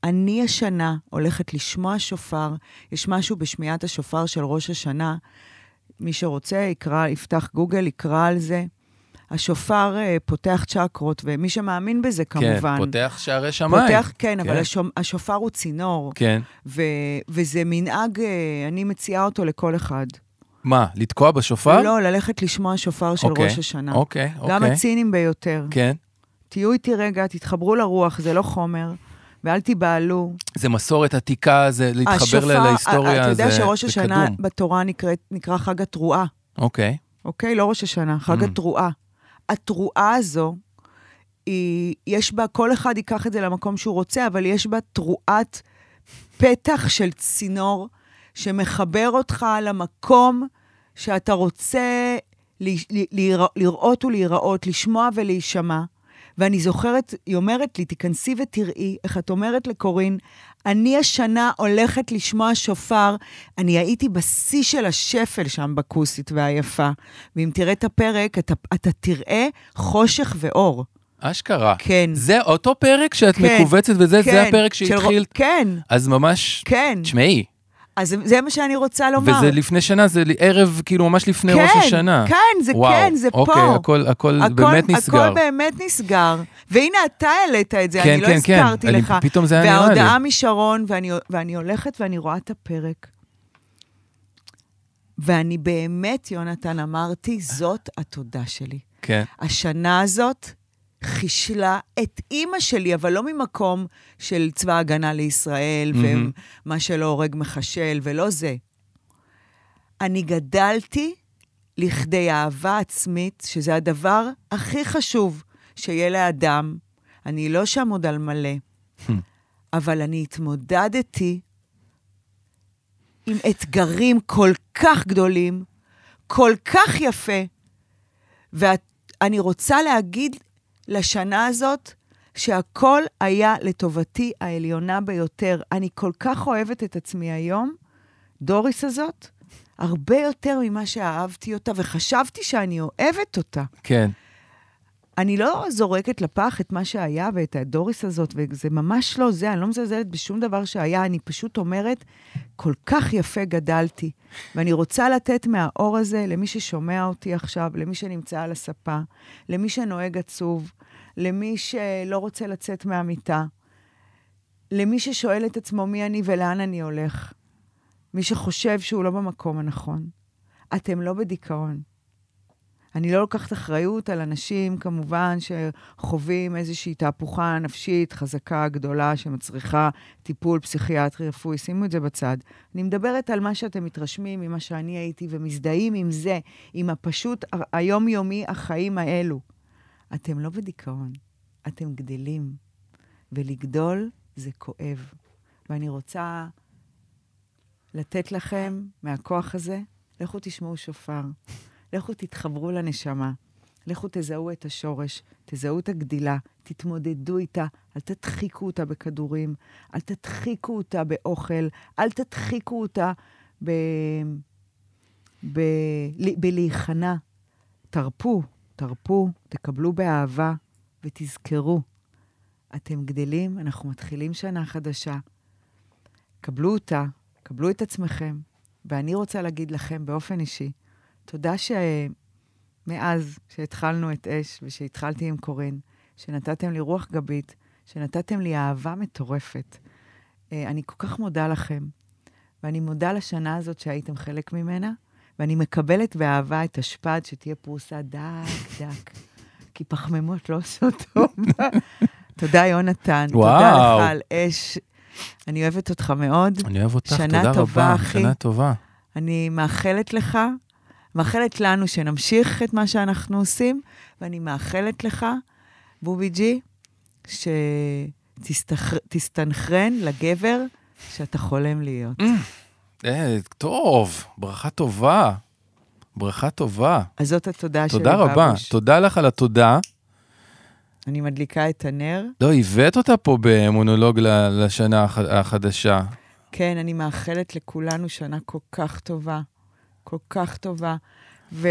אני השנה הולכת לשמוע שופר, יש משהו בשמיעת השופר של ראש השנה, מי שרוצה יקרא, יפתח גוגל, יקרא על זה. השופר uh, פותח צ'קרות, ומי שמאמין בזה כמובן. כן, פותח שערי שמיים. פותח, כן, כן. אבל השופ, השופר הוא צינור. כן. ו, וזה מנהג, uh, אני מציעה אותו לכל אחד. מה, לתקוע בשופר? לא, ללכת לשמוע שופר של אוקיי, ראש השנה. אוקיי, אוקיי. גם הצינים ביותר. כן. תהיו איתי רגע, תתחברו לרוח, זה לא חומר, ואל תיבעלו. זה מסורת עתיקה, זה להתחבר השופר, להיסטוריה, אתה יודע זה, שראש זה השנה קדום. בתורה נקרא, נקרא חג התרועה. אוקיי. אוקיי? לא ראש השנה, חג Mm. התרועה. התרועה הזו, היא, יש בה, כל אחד ייקח את זה למקום שהוא רוצה, אבל יש בה תרועת פתח של צינור, שמחבר אותך למקום שאתה רוצה ל, ל, ל, לראות ולהיראות, לשמוע ולהישמע. ואני זוכרת, היא אומרת לי, תיכנסי ותראי, איך את אומרת לקורין, אני השנה הולכת לשמוע שופר, אני הייתי בשיא של השפל שם בקוסית והיפה, ואם תראה את הפרק, אתה, אתה תראה חושך ואור. אשכרה. כן. זה אותו פרק שאת כן, מקובצת וזה, כן, זה הפרק של שהתחיל. ר... כן. אז ממש, כן. תשמעי. אז זה, זה מה שאני רוצה לומר. וזה לפני שנה, זה ערב, כאילו ממש לפני כן, ראש השנה. כן, זה וואו, כן, זה אוקיי, פה. הכל, הכל, הכל באמת נסגר. הכל באמת נסגר. והנה אתה העלית את זה, כן, אני לא כן, הזכרתי כן. לך. אני, פתאום זה היה נראה לי. וההודעה משרון, ואני, ואני הולכת ואני רואה את הפרק. ואני באמת, יונתן, אמרתי, זאת התודה שלי. כן. השנה הזאת חישלה את אימא שלי, אבל לא ממקום של צבא הגנה לישראל, Mm-hmm. ומה שלא הורג מחשל, ולא זה. אני גדלתי לכדי אהבה עצמית, שזה הדבר הכי חשוב שיהיה לאדם. אני לא שם עוד על מלא, אבל אני התמודדתי עם אתגרים כל כך גדולים, כל כך יפה, ואני רוצה להגיד לשנה הזאת, שהכל היה לטובתי העליונה ביותר. אני כל כך אוהבת את עצמי היום, דוריס הזאת, הרבה יותר ממה שאהבתי אותה, וחשבתי שאני אוהבת אותה. כן. אני לא זורקת לפח את מה שהיה ואת הדוריס הזאת, וזה ממש לא זה, אני לא מזלזלת בשום דבר שהיה, אני פשוט אומרת, כל כך יפה גדלתי, ואני רוצה לתת מהאור הזה למי ששומע אותי עכשיו, למי שנמצא על הספה, למי שנוהג עצוב, למי שלא רוצה לצאת מהמיטה, למי ששואל את עצמו מי אני ולאן אני הולך, מי שחושב שהוא לא במקום הנכון. אתם לא בדיכאון. אני לא לוקחת אחריות על אנשים, כמובן, שחווים איזושהי תהפוכה נפשית חזקה, גדולה, שמצריכה טיפול פסיכיאטרי רפואי. שימו את זה בצד. אני מדברת על מה שאתם מתרשמים ממה שאני הייתי, ומזדהים עם זה, עם הפשוט היומיומי החיים האלו. אתם לא בדיכאון, אתם גדלים. ולגדול זה כואב. ואני רוצה לתת לכם מהכוח הזה, לכו תשמעו שופר. לכו תתחברו לנשמה, לכו תזהו את השורש, תזהו את הגדילה, תתמודדו איתה, אל תדחיקו אותה בכדורים, אל תדחיקו אותה באוכל, אל תדחיקו אותה ב... ב... בלהיכנע. תרפו, תרפו, תקבלו באהבה ותזכרו. אתם גדלים, אנחנו מתחילים שנה חדשה. קבלו אותה, קבלו את עצמכם, ואני רוצה להגיד לכם באופן אישי, תודה שמאז שהתחלנו את אש, ושהתחלתי עם קורין, שנתתם לי רוח גבית, שנתתם לי אהבה מטורפת. אני כל כך מודה לכם, ואני מודה לשנה הזאת שהייתם חלק ממנה, ואני מקבלת באהבה את השפד שתהיה פרוסה דק דק, כי פחמימות לא עושות טוב. תודה יונתן, וואו. תודה לך על אש, אני אוהבת אותך מאוד. אני אוהב אותך, שנה תודה טובה, רבה, אחי. שנה טובה. אני מאחלת לך, מאחלת לנו שנמשיך את מה שאנחנו עושים, ואני מאחלת לך, בובי ג'י, שתסתנחרן לגבר שאתה חולם להיות. אה, טוב, ברכה טובה. ברכה טובה. אז זאת התודה שלי, תודה רבה. בבוש. תודה לך על התודה. אני מדליקה את הנר. לא, הבאת אותה פה במונולוג ל- לשנה הח- החדשה. כן, אני מאחלת לכולנו שנה כל כך טובה. כל כך טובה. ו...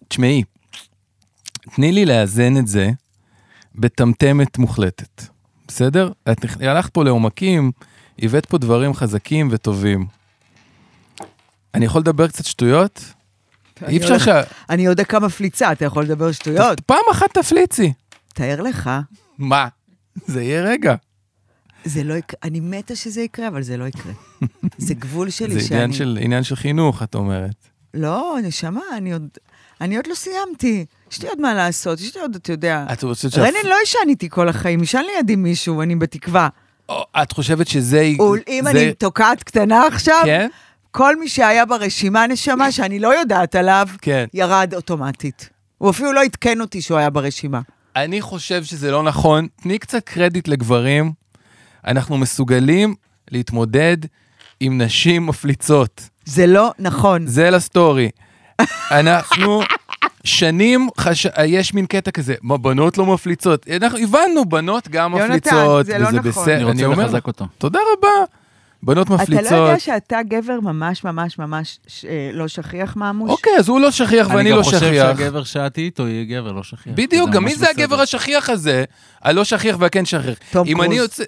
תשמעי, תני לי לאזן את זה בטמטמת מוחלטת. בסדר? את הלכת פה לעומקים, הבאת פה דברים חזקים וטובים. אני יכול לדבר קצת שטויות? אי אפשר ש... אני יודע כמה פליצה, אתה יכול לדבר שטויות. פעם אחת תפליצי. תאר לך. מה? זה יהיה רגע. זה לא יקרה, אני מתה שזה יקרה, אבל זה לא יקרה. זה גבול שלי שאני... שאני... זה עניין של, עניין של חינוך, את אומרת. לא, נשמה, אני עוד, אני עוד לא סיימתי. יש לי עוד מה לעשות, יש לי עוד, אתה יודע. את חושבת רנן לא ישן איתי כל החיים, ישן לידי מישהו, אני בתקווה. את חושבת שזה... אם אני תוקעת קטנה עכשיו, כן? כל מי שהיה ברשימה נשמה, שאני לא יודעת עליו, כן. ירד אוטומטית. הוא אפילו לא התקן אותי שהוא היה ברשימה. אני חושב שזה לא נכון. תני קצת קרדיט לגברים. אנחנו מסוגלים להתמודד עם נשים מפליצות. זה לא נכון. זה לסטורי. אנחנו שנים, חש... יש מין קטע כזה, מה, בנות לא מפליצות. אנחנו הבנו, בנות גם מפליצות. יונתן, זה לא נכון. בסדר. אני רוצה אומר, לחזק אותו. תודה רבה. בנות מפליצות. אתה לא יודע שאתה גבר ממש ממש ממש ש... לא שכיח ממוש? אוקיי, אז הוא לא שכיח ואני לא שכיח. אני גם חושב שהגבר שעתי איתו יהיה גבר לא שכיח. בדיוק, גם מי זה הגבר השכיח הזה? הלא שכיח והכן שכיח. תום קרוז. אם אני יוצא...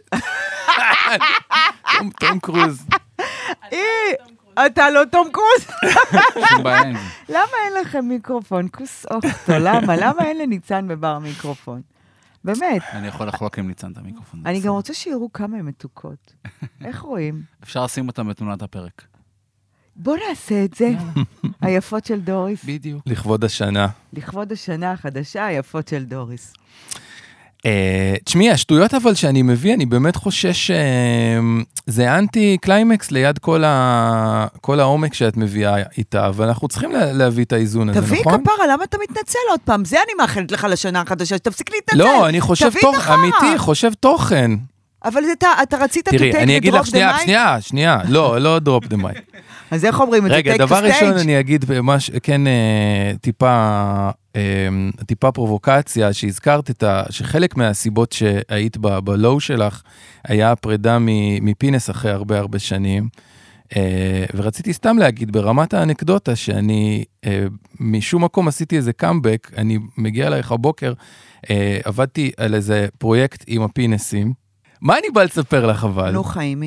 תום קרוז. אתה לא תום קרוז? שום בעיה עם זה. למה אין לכם מיקרופון? כוס אוכטו, למה? למה אין לניצן בבר מיקרופון? באמת. אני יכול לחלוק עם ניצן את המיקרופון. אני גם רוצה שיראו כמה הן מתוקות. איך רואים? אפשר לשים אותם בתמונת הפרק. בוא נעשה את זה. היפות של דוריס. בדיוק. לכבוד השנה. לכבוד השנה החדשה, היפות של דוריס. תשמעי, השטויות אבל שאני מביא, אני באמת חושש שזה אנטי קליימקס ליד כל העומק שאת מביאה איתה, ואנחנו צריכים להביא את האיזון הזה, נכון? תביא כפרה, למה אתה מתנצל עוד פעם? זה אני מאחלת לך לשנה החדשה, שתפסיק להתנצל. לא, אני חושב תוכן, אמיתי, חושב תוכן. אבל אתה רצית to take תראי, אני אגיד לך, שנייה, שנייה, שנייה, לא, לא drop the mic. אז איך אומרים את זה? רגע, דבר ראשון אני אגיד, כן, טיפה... טיפה פרובוקציה, שהזכרת את ה... שחלק מהסיבות שהיית בלואו שלך, היה הפרידה מפינס אחרי הרבה הרבה שנים, ורציתי סתם להגיד, ברמת האנקדוטה, שאני משום מקום עשיתי איזה קאמבק, אני מגיע אלייך הבוקר, עבדתי על איזה פרויקט עם הפינסים, מה אני בא לספר לך אבל? נו חיימי.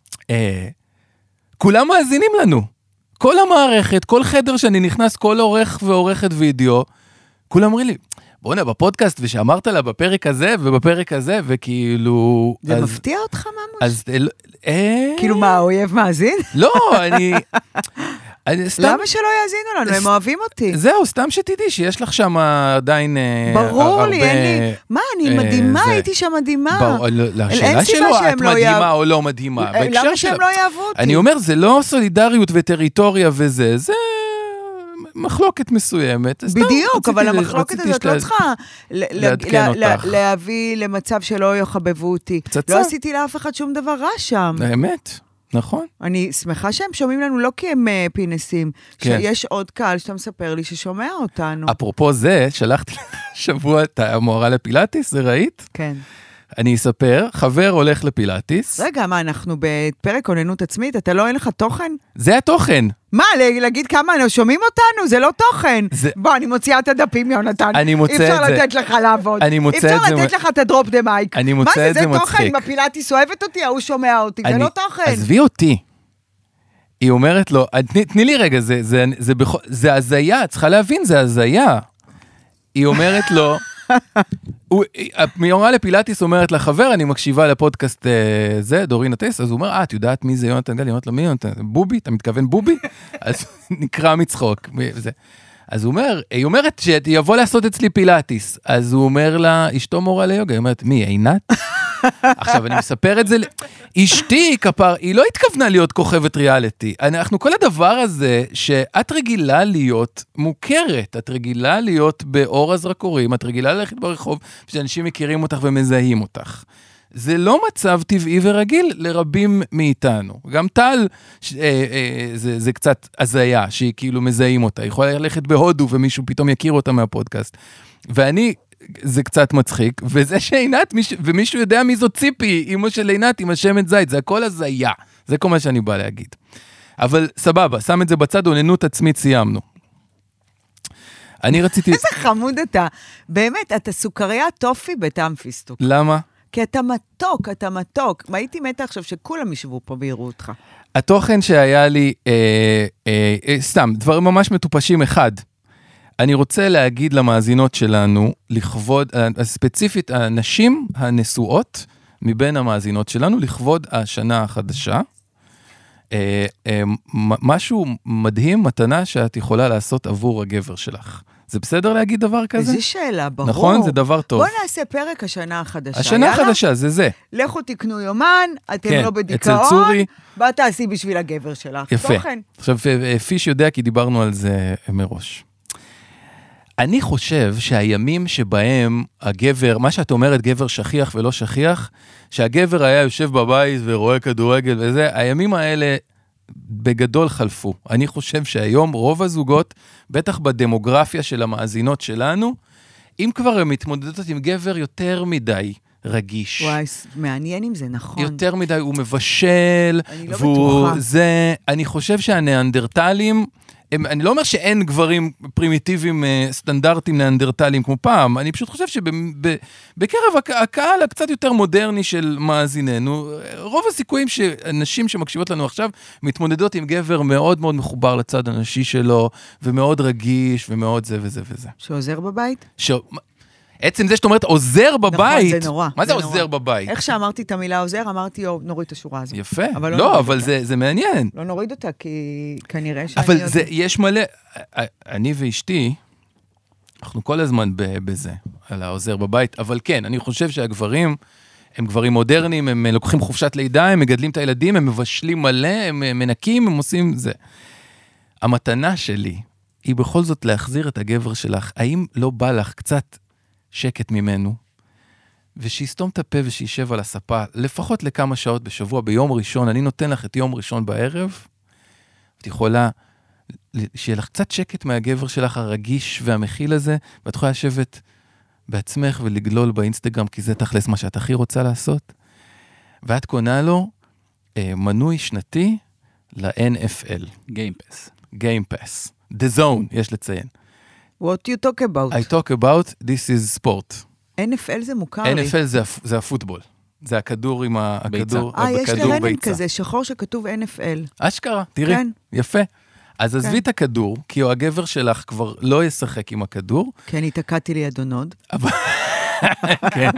כולם מאזינים לנו, כל המערכת, כל חדר שאני נכנס, כל עורך ועורכת וידאו, כולם אומרים לי, בוא'נה, בפודקאסט, ושאמרת לה בפרק הזה, ובפרק הזה, וכאילו... זה אז, מפתיע אותך ממש? אז... אה... כאילו מה, האויב מאזין? לא, אני... אני סתם... למה שלא יאזינו לנו? הם אוהבים אותי. זהו, סתם שתדעי שיש לך שם עדיין... ברור הרבה... לי, אין לי... מה, אני מדהימה, זה... הייתי שם מדהימה. בר... לשאלה שלו, את מדהימה יאהב... או לא מדהימה. למה שהם לא יאהבו אותי? אני אומר, זה לא סולידריות וטריטוריה וזה, זה... מחלוקת מסוימת. בדיוק, אבל המחלוקת הזאת לא צריכה להביא למצב שלא יחבבו אותי. לא עשיתי לאף אחד שום דבר רע שם. האמת, נכון. אני שמחה שהם שומעים לנו לא כי הם פינסים, שיש עוד קהל שאתה מספר לי ששומע אותנו. אפרופו זה, שלחתי שבוע את המורה לפילאטיס, זה ראית? כן. אני אספר, חבר הולך לפילאטיס. רגע, מה, אנחנו בפרק עוננות עצמית? אתה לא, אין לך תוכן? זה התוכן. מה, להגיד כמה שומעים אותנו? זה לא תוכן. זה... בוא, אני מוציאה את הדפים, יונתן. אני מוצא את זה. אי אפשר לתת לך לעבוד. אני מוצא את זה. אי אפשר לתת לך את הדרופ דה מייק. אני מוצא את זה מצחיק. מה זה, זה תוכן? אם הפילאטיס אוהבת אותי, הוא שומע אותי. אני... זה לא תוכן. עזבי אותי. היא אומרת לו, תני, תני לי רגע, זה, זה, זה, זה, זה הזיה, צריכה להבין, זה הזיה. היא אומרת לו, מיורה לפילאטיס אומרת לחבר, אני מקשיבה לפודקאסט זה, דורינה טייס, אז הוא אומר, אה, את יודעת מי זה יונתן גל? היא אומרת לו, מי יונתן? בובי? אתה מתכוון בובי? אז נקרא מצחוק. אז הוא אומר, היא אומרת שיבוא לעשות אצלי פילאטיס, אז הוא אומר לה, אשתו מורה ליוגה, היא אומרת, מי, עינת? עכשיו, אני מספר את זה, אשתי, כפר, היא לא התכוונה להיות כוכבת ריאליטי. אנחנו, כל הדבר הזה, שאת רגילה להיות מוכרת, את רגילה להיות באור הזרקורים, את רגילה ללכת ברחוב, שאנשים מכירים אותך ומזהים אותך. זה לא מצב טבעי ורגיל לרבים מאיתנו. גם טל, אה, אה, זה, זה קצת הזיה, שהיא כאילו מזהים אותה. היא יכולה ללכת בהודו ומישהו פתאום יכיר אותה מהפודקאסט. ואני... זה קצת מצחיק, וזה שעינת, ומישהו יודע מי זו ציפי, אמא של עינת עם השמן זית, זה הכל הזיה, זה כל מה שאני בא להגיד. אבל סבבה, שם את זה בצד, עוננות עצמית סיימנו. אני רציתי... איזה חמוד אתה, באמת, אתה סוכריה טופי בטעם פיסטוק. למה? כי אתה מתוק, אתה מתוק. והייתי מתה עכשיו שכולם ישבו פה ויראו אותך. התוכן שהיה לי, אה, אה, אה, סתם, דברים ממש מטופשים אחד. אני רוצה להגיד למאזינות שלנו, לכבוד, ספציפית, הנשים הנשואות, מבין המאזינות שלנו, לכבוד השנה החדשה. אה, אה, משהו מדהים, מתנה שאת יכולה לעשות עבור הגבר שלך. זה בסדר להגיד דבר כזה? איזו שאלה, ברור. נכון, זה דבר טוב. בוא נעשה פרק השנה החדשה. השנה החדשה, זה זה. לכו תקנו יומן, אתם כן, לא בדיכאון, אצל צורי. בוא תעשי בשביל הגבר שלך. יפה. תוכן. עכשיו, פיש יודע כי דיברנו על זה מראש. אני חושב שהימים שבהם הגבר, מה שאת אומרת, גבר שכיח ולא שכיח, שהגבר היה יושב בבית ורואה כדורגל וזה, הימים האלה בגדול חלפו. אני חושב שהיום רוב הזוגות, בטח בדמוגרפיה של המאזינות שלנו, אם כבר הם מתמודדות עם גבר יותר מדי רגיש. וואי, מעניין אם זה נכון. יותר מדי, הוא מבשל, אני לא והוא בטוחה. זה, אני חושב שהניאנדרטלים, הם, אני לא אומר שאין גברים פרימיטיביים, סטנדרטים ניאנדרטליים כמו פעם, אני פשוט חושב שבקרב הקהל הקצת יותר מודרני של מאזיננו, רוב הסיכויים שאנשים שמקשיבות לנו עכשיו, מתמודדות עם גבר מאוד מאוד מחובר לצד הנשי שלו, ומאוד רגיש, ומאוד זה וזה וזה. שעוזר בבית? ש... עצם זה שאת אומרת עוזר בבית, נכון, זה נורא. מה זה, זה עוזר נורא. בבית? איך שאמרתי את המילה עוזר, אמרתי, יו, נוריד את השורה הזאת. יפה, אבל לא לא, נוריד אבל אותה. זה, זה מעניין. לא נוריד אותה, כי כנראה שאני... אבל יודע. זה, יש מלא, אני ואשתי, אנחנו כל הזמן בזה, על העוזר בבית, אבל כן, אני חושב שהגברים, הם גברים מודרניים, הם לוקחים חופשת לידה, הם מגדלים את הילדים, הם מבשלים מלא, הם מנקים, הם עושים זה. המתנה שלי, היא בכל זאת להחזיר את הגבר שלך, האם לא בא לך קצת שקט ממנו, ושיסתום את הפה ושישב על הספה, לפחות לכמה שעות בשבוע, ביום ראשון, אני נותן לך את יום ראשון בערב, את יכולה, שיהיה לך קצת שקט מהגבר שלך הרגיש והמכיל הזה, ואת יכולה לשבת בעצמך ולגלול באינסטגרם, כי זה תכלס מה שאת הכי רוצה לעשות, ואת קונה לו אה, מנוי שנתי ל-אן אף אל. Game Pass. Game Pass. The Zone, יש לציין. What you talk about? I talk about, this is sport. אן אף אל זה מוכר לי. אן אף אל זה, זה הפוטבול. זה הכדור עם ה- הכדור, אה, יש הכדור לרנן ביצה. כזה, שחור שכתוב אן אף אל. אשכרה, תראי, כן. יפה. אז עזבי כן. את הכדור, כי הגבר שלך כבר לא ישחק עם הכדור. כי אני תקעתי לידו נוד. כן.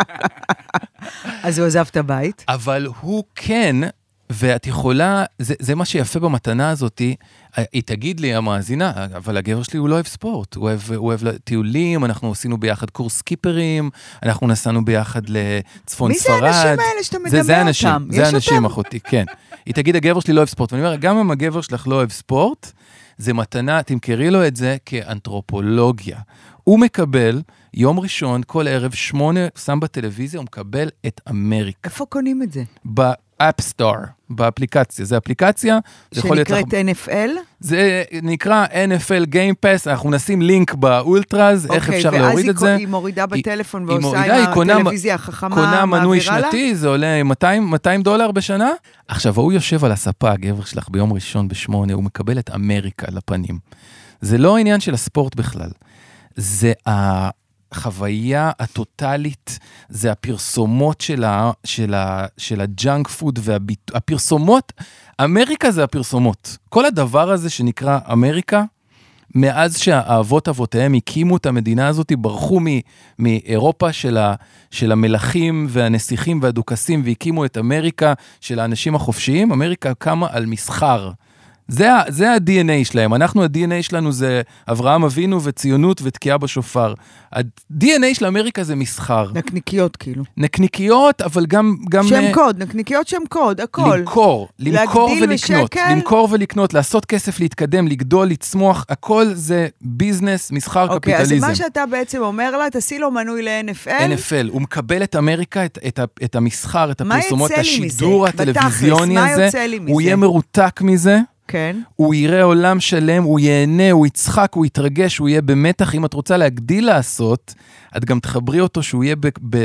אז הוא עזב את הבית. אבל הוא כן, ואת יכולה, זה, זה מה שיפה במתנה הזאת, היא תגיד לי, המאזינה, אבל הגבר שלי הוא לא אוהב ספורט, הוא אוהב, הוא אוהב טיולים, אנחנו עשינו ביחד קורס סקיפרים, אנחנו נסענו ביחד לצפון מי זה ספרד. האנשים האלה שאתה מדמה זה, זה אותם? אנשים, זה יש אנשים, אותם? אחותי, כן. היא תגיד, הגבר שלי לא אוהב ספורט, ואני אומר, גם אם הגבר שלך לא אוהב ספורט, זה מתנה, תמכרי לו את זה כאנתרופולוגיה. הוא מקבל, יום ראשון, כל ערב, שמונה, שם בטלוויזיה, הוא מקבל את אמריקה. איפה קונים את זה? באפסטור, באפליקציה. זה אפליקציה, זה יכול להיות... שנקראת אן אף אל? זה נקרא אן אף אל Game Pass, אנחנו נשים לינק באולטראז, איך אפשר להוריד את זה. ואז היא מורידה בטלפון היא ועושה מורידה, עם היא קונה- הטלוויזיה החכמה, קונה מנוי מעבירה לה? שנתי, זה עולה מאתיים דולר בשנה. עכשיו, הוא יושב על הספה, הגבר שלך, ביום ראשון בשמונה, הוא מקבל את אמריקה לפנים. זה לא העניין של הספורט בכלל. זה החוויה הטוטלית, זה הפרסומות של ה, של ה, של הג'אנק פוד, והפרסומות, אמריקה זה הפרסומות. כל הדבר הזה שנקרא אמריקה, מאז שהאבות אבותיהם הקימו את המדינה הזאת, ברחו מ, מאירופה של, ה, של המלכים והנסיכים והדוכסים, והקימו את אמריקה של האנשים החופשיים. אמריקה קמה על מסחר. זה, זה ה-די אן איי שלהם. אנחנו, ה-די אן איי שלנו זה אברהם אבינו וציונות ותקיעה בשופר. ה-די אן איי של אמריקה זה מסחר. נקניקיות כאילו. נקניקיות, אבל גם... גם שם קוד, נקניקיות שם קוד, הכל. למכור, למכור להגדיל ולקנות. בשקל? למכור ולקנות, לעשות כסף, להתקדם, לגדול, לצמוח, הכל זה ביזנס, מסחר, אוקיי, קפיטליזם. אז מה שאתה בעצם אומר לה, תעשי לו מנוי ל-אן אף אל. אן אף אל, הוא מקבל את אמריקה, את, את, את המסחר, את מה הפרסומות, יוצא לי מזה? השידור הטלוויזיוני בתכלס, מה הזה, יוצא לי מזה? הוא יהיה מרותק מזה, כן. הוא יראה עולם שלם, הוא ייהנה, הוא יצחק, הוא יתרגש, הוא יהיה במתח. אם את רוצה להגדיל לעשות, את גם תחברי אותו שהוא יהיה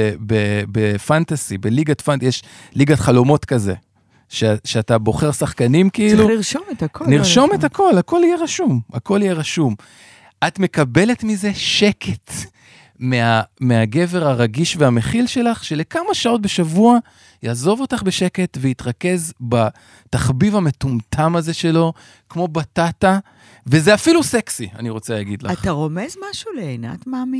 בפנטסי, בליגת פנטסי, יש ליגת חלומות כזה, ש, שאתה בוחר שחקנים כאילו. צריך לרשום את הכל. נרשום את הכל, הכל יהיה רשום, הכל יהיה רשום. את מקבלת מזה שקט, מה, מהגבר הרגיש והמכיל שלך, שלכמה שעות בשבוע יעזוב אותך בשקט ויתרכז בתחביב המטומטם הזה שלו, כמו בטטה, וזה אפילו סקסי, אני רוצה להגיד לך. אתה רומז משהו לעינת, מאמי?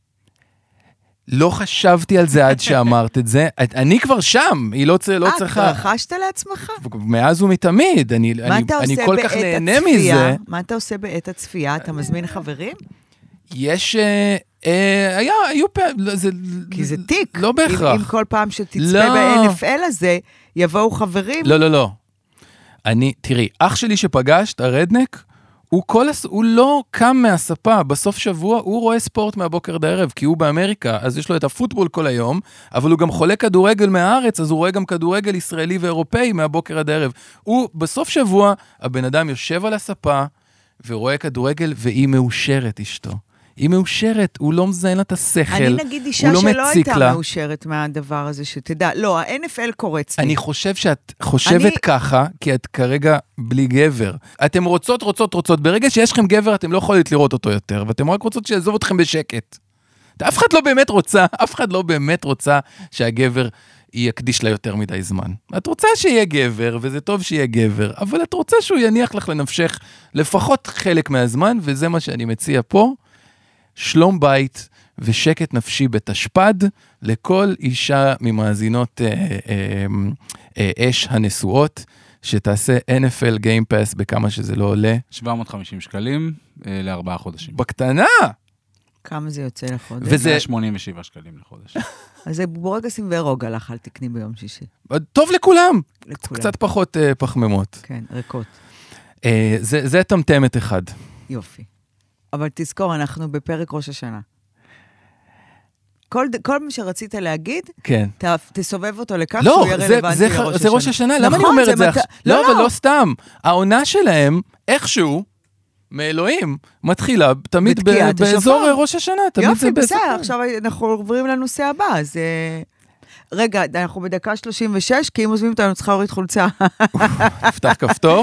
לא חשבתי על זה עד שאמרת את זה. אני כבר שם, היא לא, צר, לא צריכה... את רכשת לעצמך? מאז ומתמיד, אני, אני, אני כל כך נהנה מזה. מה אתה עושה בעת הצפייה? אתה מזמין חברים? יש... אה, היה, היו פעם... זה, כי זה תיק. לא בהכרח. אם, אם כל פעם שתצפה לא. ב-אן אף אל הזה, יבואו חברים. לא, לא, לא. אני, תראי, אח שלי שפגשת, הרדנק, הוא, כל הס... הוא לא קם מהספה, בסוף שבוע הוא רואה ספורט מהבוקר עד הערב, כי הוא באמריקה, אז יש לו את הפוטבול כל היום, אבל הוא גם חולה כדורגל מהארץ, אז הוא רואה גם כדורגל ישראלי ואירופאי מהבוקר עד הערב. הוא, בסוף שבוע, הבן אדם יושב על הספה, ורואה כדורגל, והיא מאושרת אשתו. היא מאושרת, הוא לא מזיין לה את השכל, אני נגיד אישה לא שלא הייתה לה. מאושרת מהדבר הזה, שתדע, לא, ה-אן אף אל קורץ לי. אני חושב שאת חושבת אני... ככה, כי את כרגע בלי גבר. אתם רוצות, רוצות, רוצות. ברגע שיש לכם גבר, אתם לא יכולת לראות אותו יותר, ואתם רק רוצות שיעזוב אתכם בשקט. אף אחד לא באמת רוצה, אף אחד לא באמת רוצה שהגבר יקדיש לה יותר מדי זמן. את רוצה שיהיה גבר, וזה טוב שיהיה גבר, אבל את רוצה שהוא יניח לך לנפשך לפחות חלק מהזמן, וזה מה שאני מציע פה. שלום בית ושקט נפשי בתשפד לכל אישה ממאזינות אה, אה, אה, אש הנשואות, שתעשה אן אף אל Game Pass בכמה שזה לא עולה. שבע מאות וחמישים שקלים אה, לארבעה חודשים. בקטנה! כמה זה יוצא לחודש? וזה... מאה שמונים ושבעה שקלים לחודש. אז זה בורגסים ורוגע לך, אל תקני ביום שישי. טוב לכולם. לכולם. קצת פחות אה, פחמימות. כן, ריקות. אה, זה, זה תמתמת אחד. יופי. אבל תזכור, אנחנו בפרק ראש השנה. כל, כל מה שרצית להגיד, כן. ת, תסובב אותו לכך לא, שהוא יהיה זה, רלוונטי זה, לראש השנה. זה ראש השנה, נכון, למה אני אומר את זה? מת... אח... לא, לא, לא, אבל לא סתם. העונה שלהם, איכשהו, מאלוהים, מתחילה תמיד ב- באזור ראש השנה. תמיד יופי, זה בסדר, באזור. עכשיו אנחנו עוברים לנושא הבא, אז... רגע, אנחנו בדקה שלושים ושש, כי אם עוזבים אותנו, צריכה להוריד חולצה. פתח כפתור.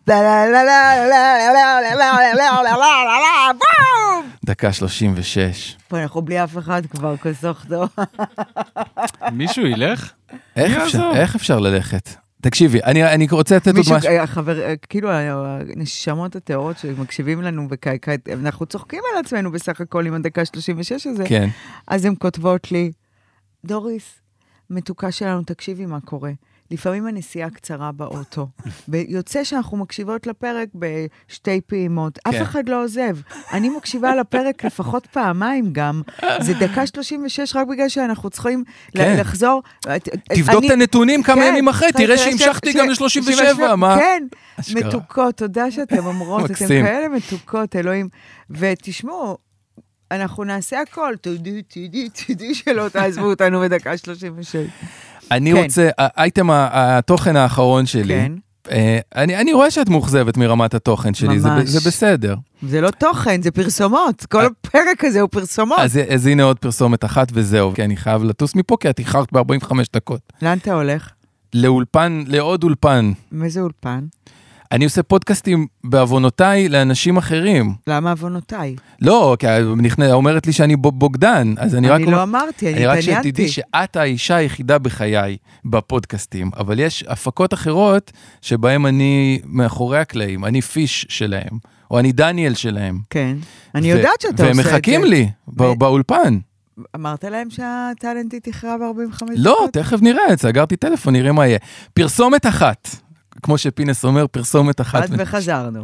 דקה שלושים ושש. פה אנחנו בלי אף אחד כבר, כסוך טוב. מישהו ילך? איך אפשר, איך אפשר ללכת? תקשיבי, אני, אני רוצה לתת עוד משהו. מישהו, חבר, כאילו, הנשמות הטהורות שמקשיבים לנו, אנחנו צוחקים על עצמנו בסך הכל עם הדקה שלושים ושש הזה. כן. אז הן כותבות לי, דוריס, מתוקה שלנו, תקשיבי מה קורה. לפעמים הנסיעה קצרה באוטו. ויוצא שאנחנו מקשיבות לפרק בשתי פעימות. אף אחד לא עוזב. אני מקשיבה לפרק לפחות פעמיים גם. זה דקה שלושים ושש רק בגלל שאנחנו צריכים לחזור. תבדוק את הנתונים כמה ימים אחרי, תראה שהמשכתי גם ל-שלושים ושבע. כן, מתוקות, תודה שאתם אומרות, אתם כאלה מתוקות, אלוהים. ותשמעו, אנחנו נעשה הכל, תודי, תודי, תודי שלא תעזבו אותנו בדקה שלושים ושש. אני כן. רוצה, האייטם התוכן האחרון שלי, כן. אני, אני רואה שאת מאוכזבת מרמת התוכן שלי, זה, זה בסדר. זה לא תוכן, זה פרסומות, כל הפרק הזה הוא פרסומות. אז, אז הנה עוד פרסומת אחת וזהו, כי אני חייב לטוס מפה, כי את איחרת ב-ארבעים וחמש דקות. לאן אתה הולך? לאולפן, לעוד אולפן. מאיזה אולפן? אני עושה פודקאסטים בעוונותיי לאנשים אחרים. למה עוונותיי? לא, כי היא אומרת לי שאני בוגדן, אז אני רק... אני לא אמרתי, אני התעניינתי. אני רק שתדעי שאת האישה היחידה בחיי בפודקאסטים, אבל יש הפקות אחרות שבהם אני מאחורי הקלעים, אני פיש שלהם, או אני דניאל שלהם. כן, אני יודעת שאתה עושה את זה. והם מחכים לי באולפן. אמרת להם שהטלנטית תכרע ב-ארבעים וחמש דקות? לא, תכף נראה, סגרתי טלפון, נראה מה יהיה. פרסומת אחת. כמו שפינס אומר, פרסומת אחת. אז וחזרנו.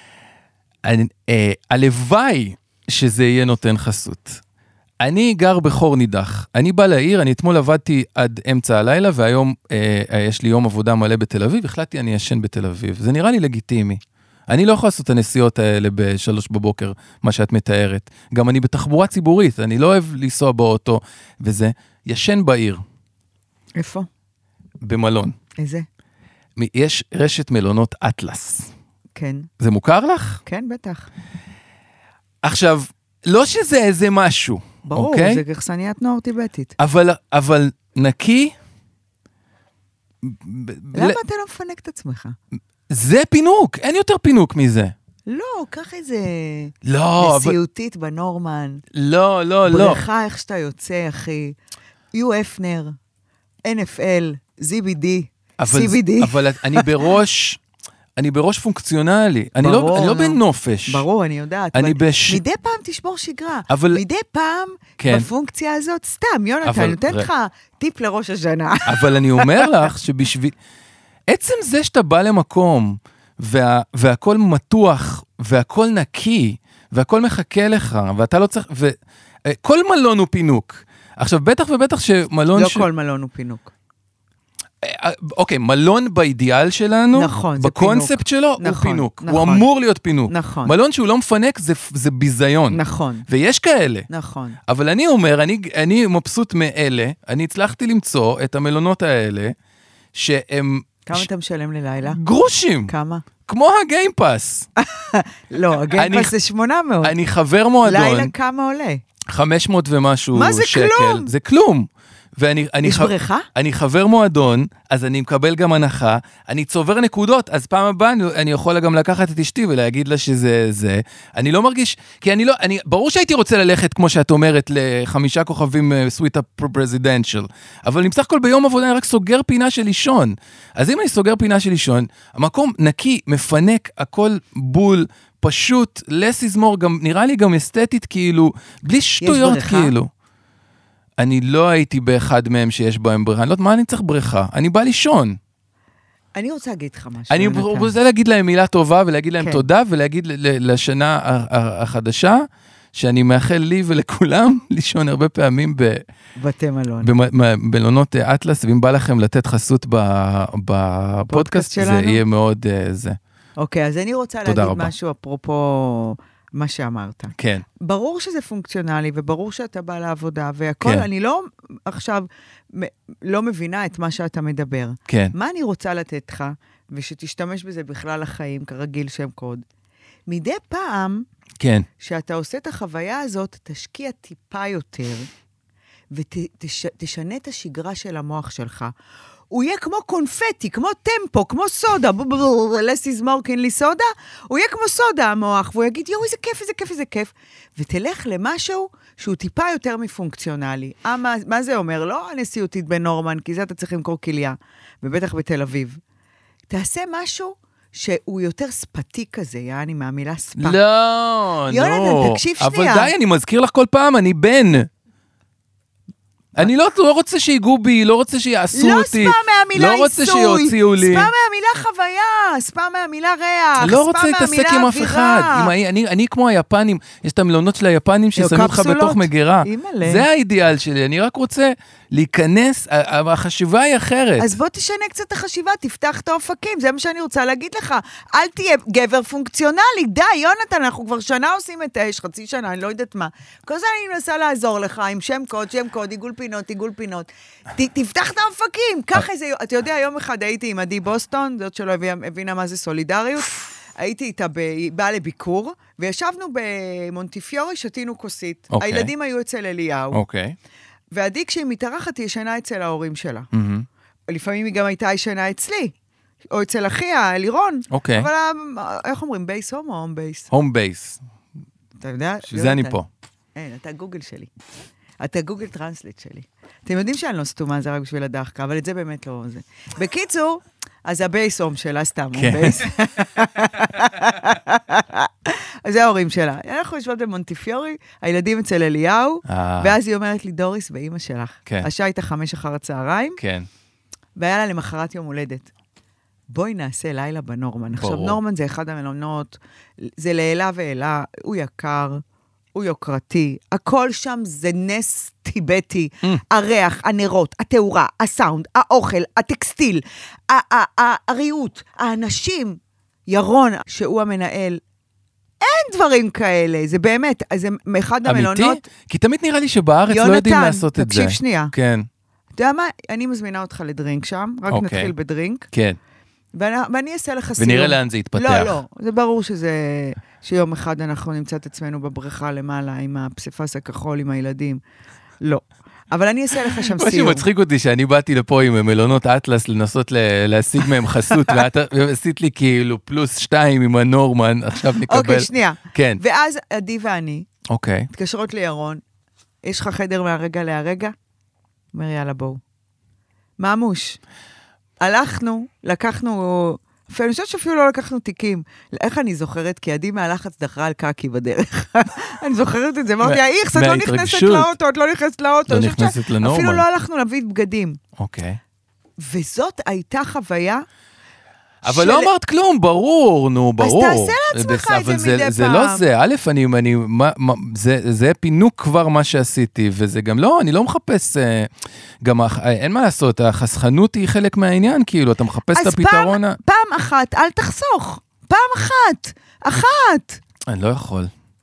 הלוואי שזה יהיה נותן חסות. אני גר בחור נידח. אני בא לעיר, אני אתמול עבדתי עד אמצע הלילה, והיום יש לי יום עבודה מלא בתל אביב, החלטתי אני ישן בתל אביב. זה נראה לי לגיטימי. אני לא יכול לעשות את הנסיעות האלה בשלוש בבוקר, מה שאת מתארת. גם אני בתחבורה ציבורית, אני לא אוהב לנסוע באוטו, וזה ישן בעיר. איפה? במלון. איזה? יש רשת מלונות אטלס. כן. זה מוכר לך? כן, בטח. עכשיו, לא שזה איזה משהו, ברור, אוקיי? זה גחסניית נוער טיבטית. אבל, אבל נקי... למה ל... אתה לא מפנק את עצמך? זה פינוק, אין יותר פינוק מזה. לא, קח איזה לא, אבל... נשיאותית בנורמן. לא, לא, לא. בריכה, איך שאתה יוצא, אחי. יו אפנר, אן אף אל, זי בי די, סי בי די. אבל אני בראש... אני בראש פונקציונלי, אני לא, ברור, אני לא נו. בנופש. ברור, אני יודעת. אני אבל בש... מדי פעם תשבור שגרה. אבל- מדי פעם, כן. בפונקציה הזאת, סתם, יונתן, אבל- אני נותן ר- לך טיפ לראש השנה. אבל אני אומר לך שבשביל... עצם זה שאתה בא למקום, וה... והכל מתוח, והכל נקי, והכל מחכה לך, ואתה לא צריך... ו... כל מלון הוא פינוק. עכשיו, בטח ובטח שמלון... לא ש... כל מלון הוא פינוק. אוקיי, מלון באידיאל שלנו, נכון, זה בקונספט פינוק. שלו, נכון, הוא פינוק. הוא נכון. אמור להיות פינוק. נכון. מלון שהוא לא מפנק, זה, זה ביזיון. נכון, ויש כאלה. נכון. אבל אני אומר, אני, אני מבסוט מאלה, אני הצלחתי למצוא את המלונות האלה, שהם כמה אתה משלם ללילה? גרושים, כמה? כמו הגיימפאס. לא, אני- הגיימפאס זה שמונה מאות. אני חבר מועדון, לילה כמה עולה? חמש מאות ומשהו מה זה שקל. כלום? זה כלום. ואני, אני יש ח- בריכה? אני חבר מועדון, אז אני מקבל גם הנחה, אני צובר נקודות, אז פעם הבאה אני, אני יכול גם לקחת את אשתי ולהגיד לה שזה זה. אני לא מרגיש, כי אני לא, אני, ברור שהייתי רוצה ללכת, כמו שאת אומרת, לחמישה כוכבים סוויט פרזידנציאל, אבל אני בסך הכל ביום עבודה אני רק סוגר פינה של לישון. אז אם אני סוגר פינה של לישון, המקום נקי, מפנק, הכל בול, פשוט, less is more, גם, נראה לי גם אסתטית, כאילו, בלי שטויות, בריכה? כאילו. אני לא הייתי באחד מהם שיש בהם בריכה, אני לא יודעת מה אני צריך בריכה, אני בא לישון. אני רוצה להגיד לך משהו, אני יונתן. רוצה להגיד להם מילה טובה, ולהגיד להם כן. תודה, ולהגיד ל- ל- לשנה ה- ה- החדשה, שאני מאחל לי ולכולם לישון הרבה פעמים ב- בתי מלון. במלונות אטלס, ואם בא לכם לתת חסות ב- בפודקאסט, זה שלנו? יהיה מאוד אה, זה. אוקיי, אז אני רוצה תודה להגיד רבה. משהו אפרופו מה שאמרת. כן, ברור שזה פונקציונלי, וברור שאתה בא לעבודה, והכל, כן. אני לא עכשיו מ- לא מבינה את מה שאתה מדבר. כן, מה אני רוצה לתת לך, ושתשתמש בזה בכלל לחיים, כרגיל שם קוד. מדי פעם, כן, שאתה עושה את החוויה הזאת, תשקיע טיפה יותר, ותשנה את השגרה של המוח שלך. הוא יהיה כמו קונפטי, כמו טמפו, כמו סודה, לסי זמורקין לי סודה, הוא יהיה כמו סודה המוח, והוא יגיד, יואו, איזה כיף, איזה כיף, איזה כיף, ותלך למשהו שהוא טיפה יותר מפונקציונלי. אה, מה, מה זה אומר? לא הנשיאותית בנורמן, כי זה אתה צריך למכור כליה, ובטח בתל אביב. תעשה משהו שהוא יותר ספתי כזה, יעני מהמילה ספה. לא, יונתן, נו. תקשיב אבל שנייה. די, אני מזכיר לך כל פעם, אני בן. אני לא, לא רוצה שיגעו בי, לא רוצה שיעשו לא אותי. ספה מהמילה לא רוצה עיסוי, שיוציאו לי. ספה מהמילה חוויה, ספה מהמילה ריח, לא רוצה ספה להתעסק מהמילה עם אף אחד. אווירה. עם, אני, אני, אני כמו היפנים, יש את המלונות של היפנים ששמים לך קפסולות? בתוך מגירה. אימא'לה. זה האידיאל שלי, אני רק רוצה להיכנס, ה- החשיבה היא אחרת. אז בוא תשנה קצת את החשיבה, תפתח את האופקים, זה מה שאני רוצה להגיד לך. אל תהיה גבר פונקציונלי, די, יונתן, אנחנו כבר שנה עושים את האש, חצי שנה, אני לא יודעת מה. כל זה אני מנסה לעזור לך עם שם קוד, שם קוד, עיגול פינות, עיגול פינות. ת, תפתח את האופקים, קח איזה, אתה יודע, יום אחד הייתי עם עדי בוסטון, זאת שלא הבינה, הבינה מה זה סולידריות, הייתי איתה, ב, היא באה לביקור, וישבנו במונטיפיורי, שתינו כוסית. אוקיי. הילדים היו אצל אליהו. אוקיי. ועדי, כשהיא מתארחת, היא ישנה אצל ההורים שלה. מהמם. לפעמים היא גם הייתה ישנה אצלי, או אצל אחיה, לירון. אוקיי. אבל ה- איך אומרים, בייס הום או הום בייס? הום בייס, אתה יודע? שזה אני יונתן. פה. אין, אתה גוגל שלי. אתה גוגל טרנסליט שלי. אתם יודעים שאני לא סתומה, זה רק בשביל הדחקה, אבל את זה באמת לא זה. בקיצור, אז הבייס הום שלה, סתם, הום כן. בייס. אז זה ההורים שלה. אנחנו יושבות במונטיפיורי, הילדים אצל אליהו, אה. ואז היא אומרת לי, דוריס, באמא שלך. כן. השעה הייתה חמש אחר הצהריים, כן. והיה לה למחרת יום הולדת. בואי נעשה לילה בנורמן. עכשיו, ברור. נורמן זה אחד המלונות, זה לעילה ועילה, הוא יקר, הוא יוקרתי, הכל שם זה נס טיבטי, Mm. הריח, הנרות, התאורה, הסאונד, האוכל, הטקסטיל, ה- ה- ה- הריהוט, האנשים, ירון, שהוא המנהל, אין דברים כאלה, זה באמת, אז זה מאחד המלונות. אמיתי? כי תמיד נראה לי שבארץ לא יודעים לעשות את זה. תקשיב שנייה. כן, אתה יודע מה? אני מזמינה אותך לדרינק שם, רק אוקיי. נתחיל בדרינק, כן. ואני, ואני אעשה לך סיום. ונראה לאן זה יתפתח. לא, לא, זה ברור שזה, שיום אחד אנחנו נמצא את עצמנו בבריכה למעלה עם הפסיפס הכחול עם הילדים. לא. אבל אני אעשה לך שם מה סיור. שמצחיק אותי שאני באתי לפה עם מלונות אטלס לנסות להשיג מהם חסות, ועשית לי כאילו פלוס שתיים עם הנורמן, עכשיו נקבל. אוקיי, שנייה. כן. ואז עדי ואני, אוקיי. מתקשרות לירון, יש לך חדר מהרגע להרגע? אומר, יאללה, בואו. ממוש. הלכנו, לקחנו, אני חושבת שאפילו לא לקחנו תיקים. איך אני זוכרת? כי עדי מהלחץ דחרה על קקי בדרך. אני זוכרת את זה, אמרתי, האיכס, את לא נכנסת לאוטו, את לא נכנסת לאוטו. לא נכנסת לנורמן. אפילו לא הלכנו להביא בגדים. אוקיי. וזאת הייתה חוויה... אבל לא אמרת כלום, ברור, נו, ברור. אז תעשה לעצמך את זה מדי פעם. זה לא זה, א', אני, אני, מה, מה, זה, זה פינוק כבר מה שעשיתי, וזה גם לא, אני לא מחפש, גם, אין מה לעשות, החסכנות היא חלק מהעניין, כאילו, אתה מחפש את הפתרון. אז פעם, פעם אחת, אל תחסוך. פעם אחת, אחת. אני לא יכול.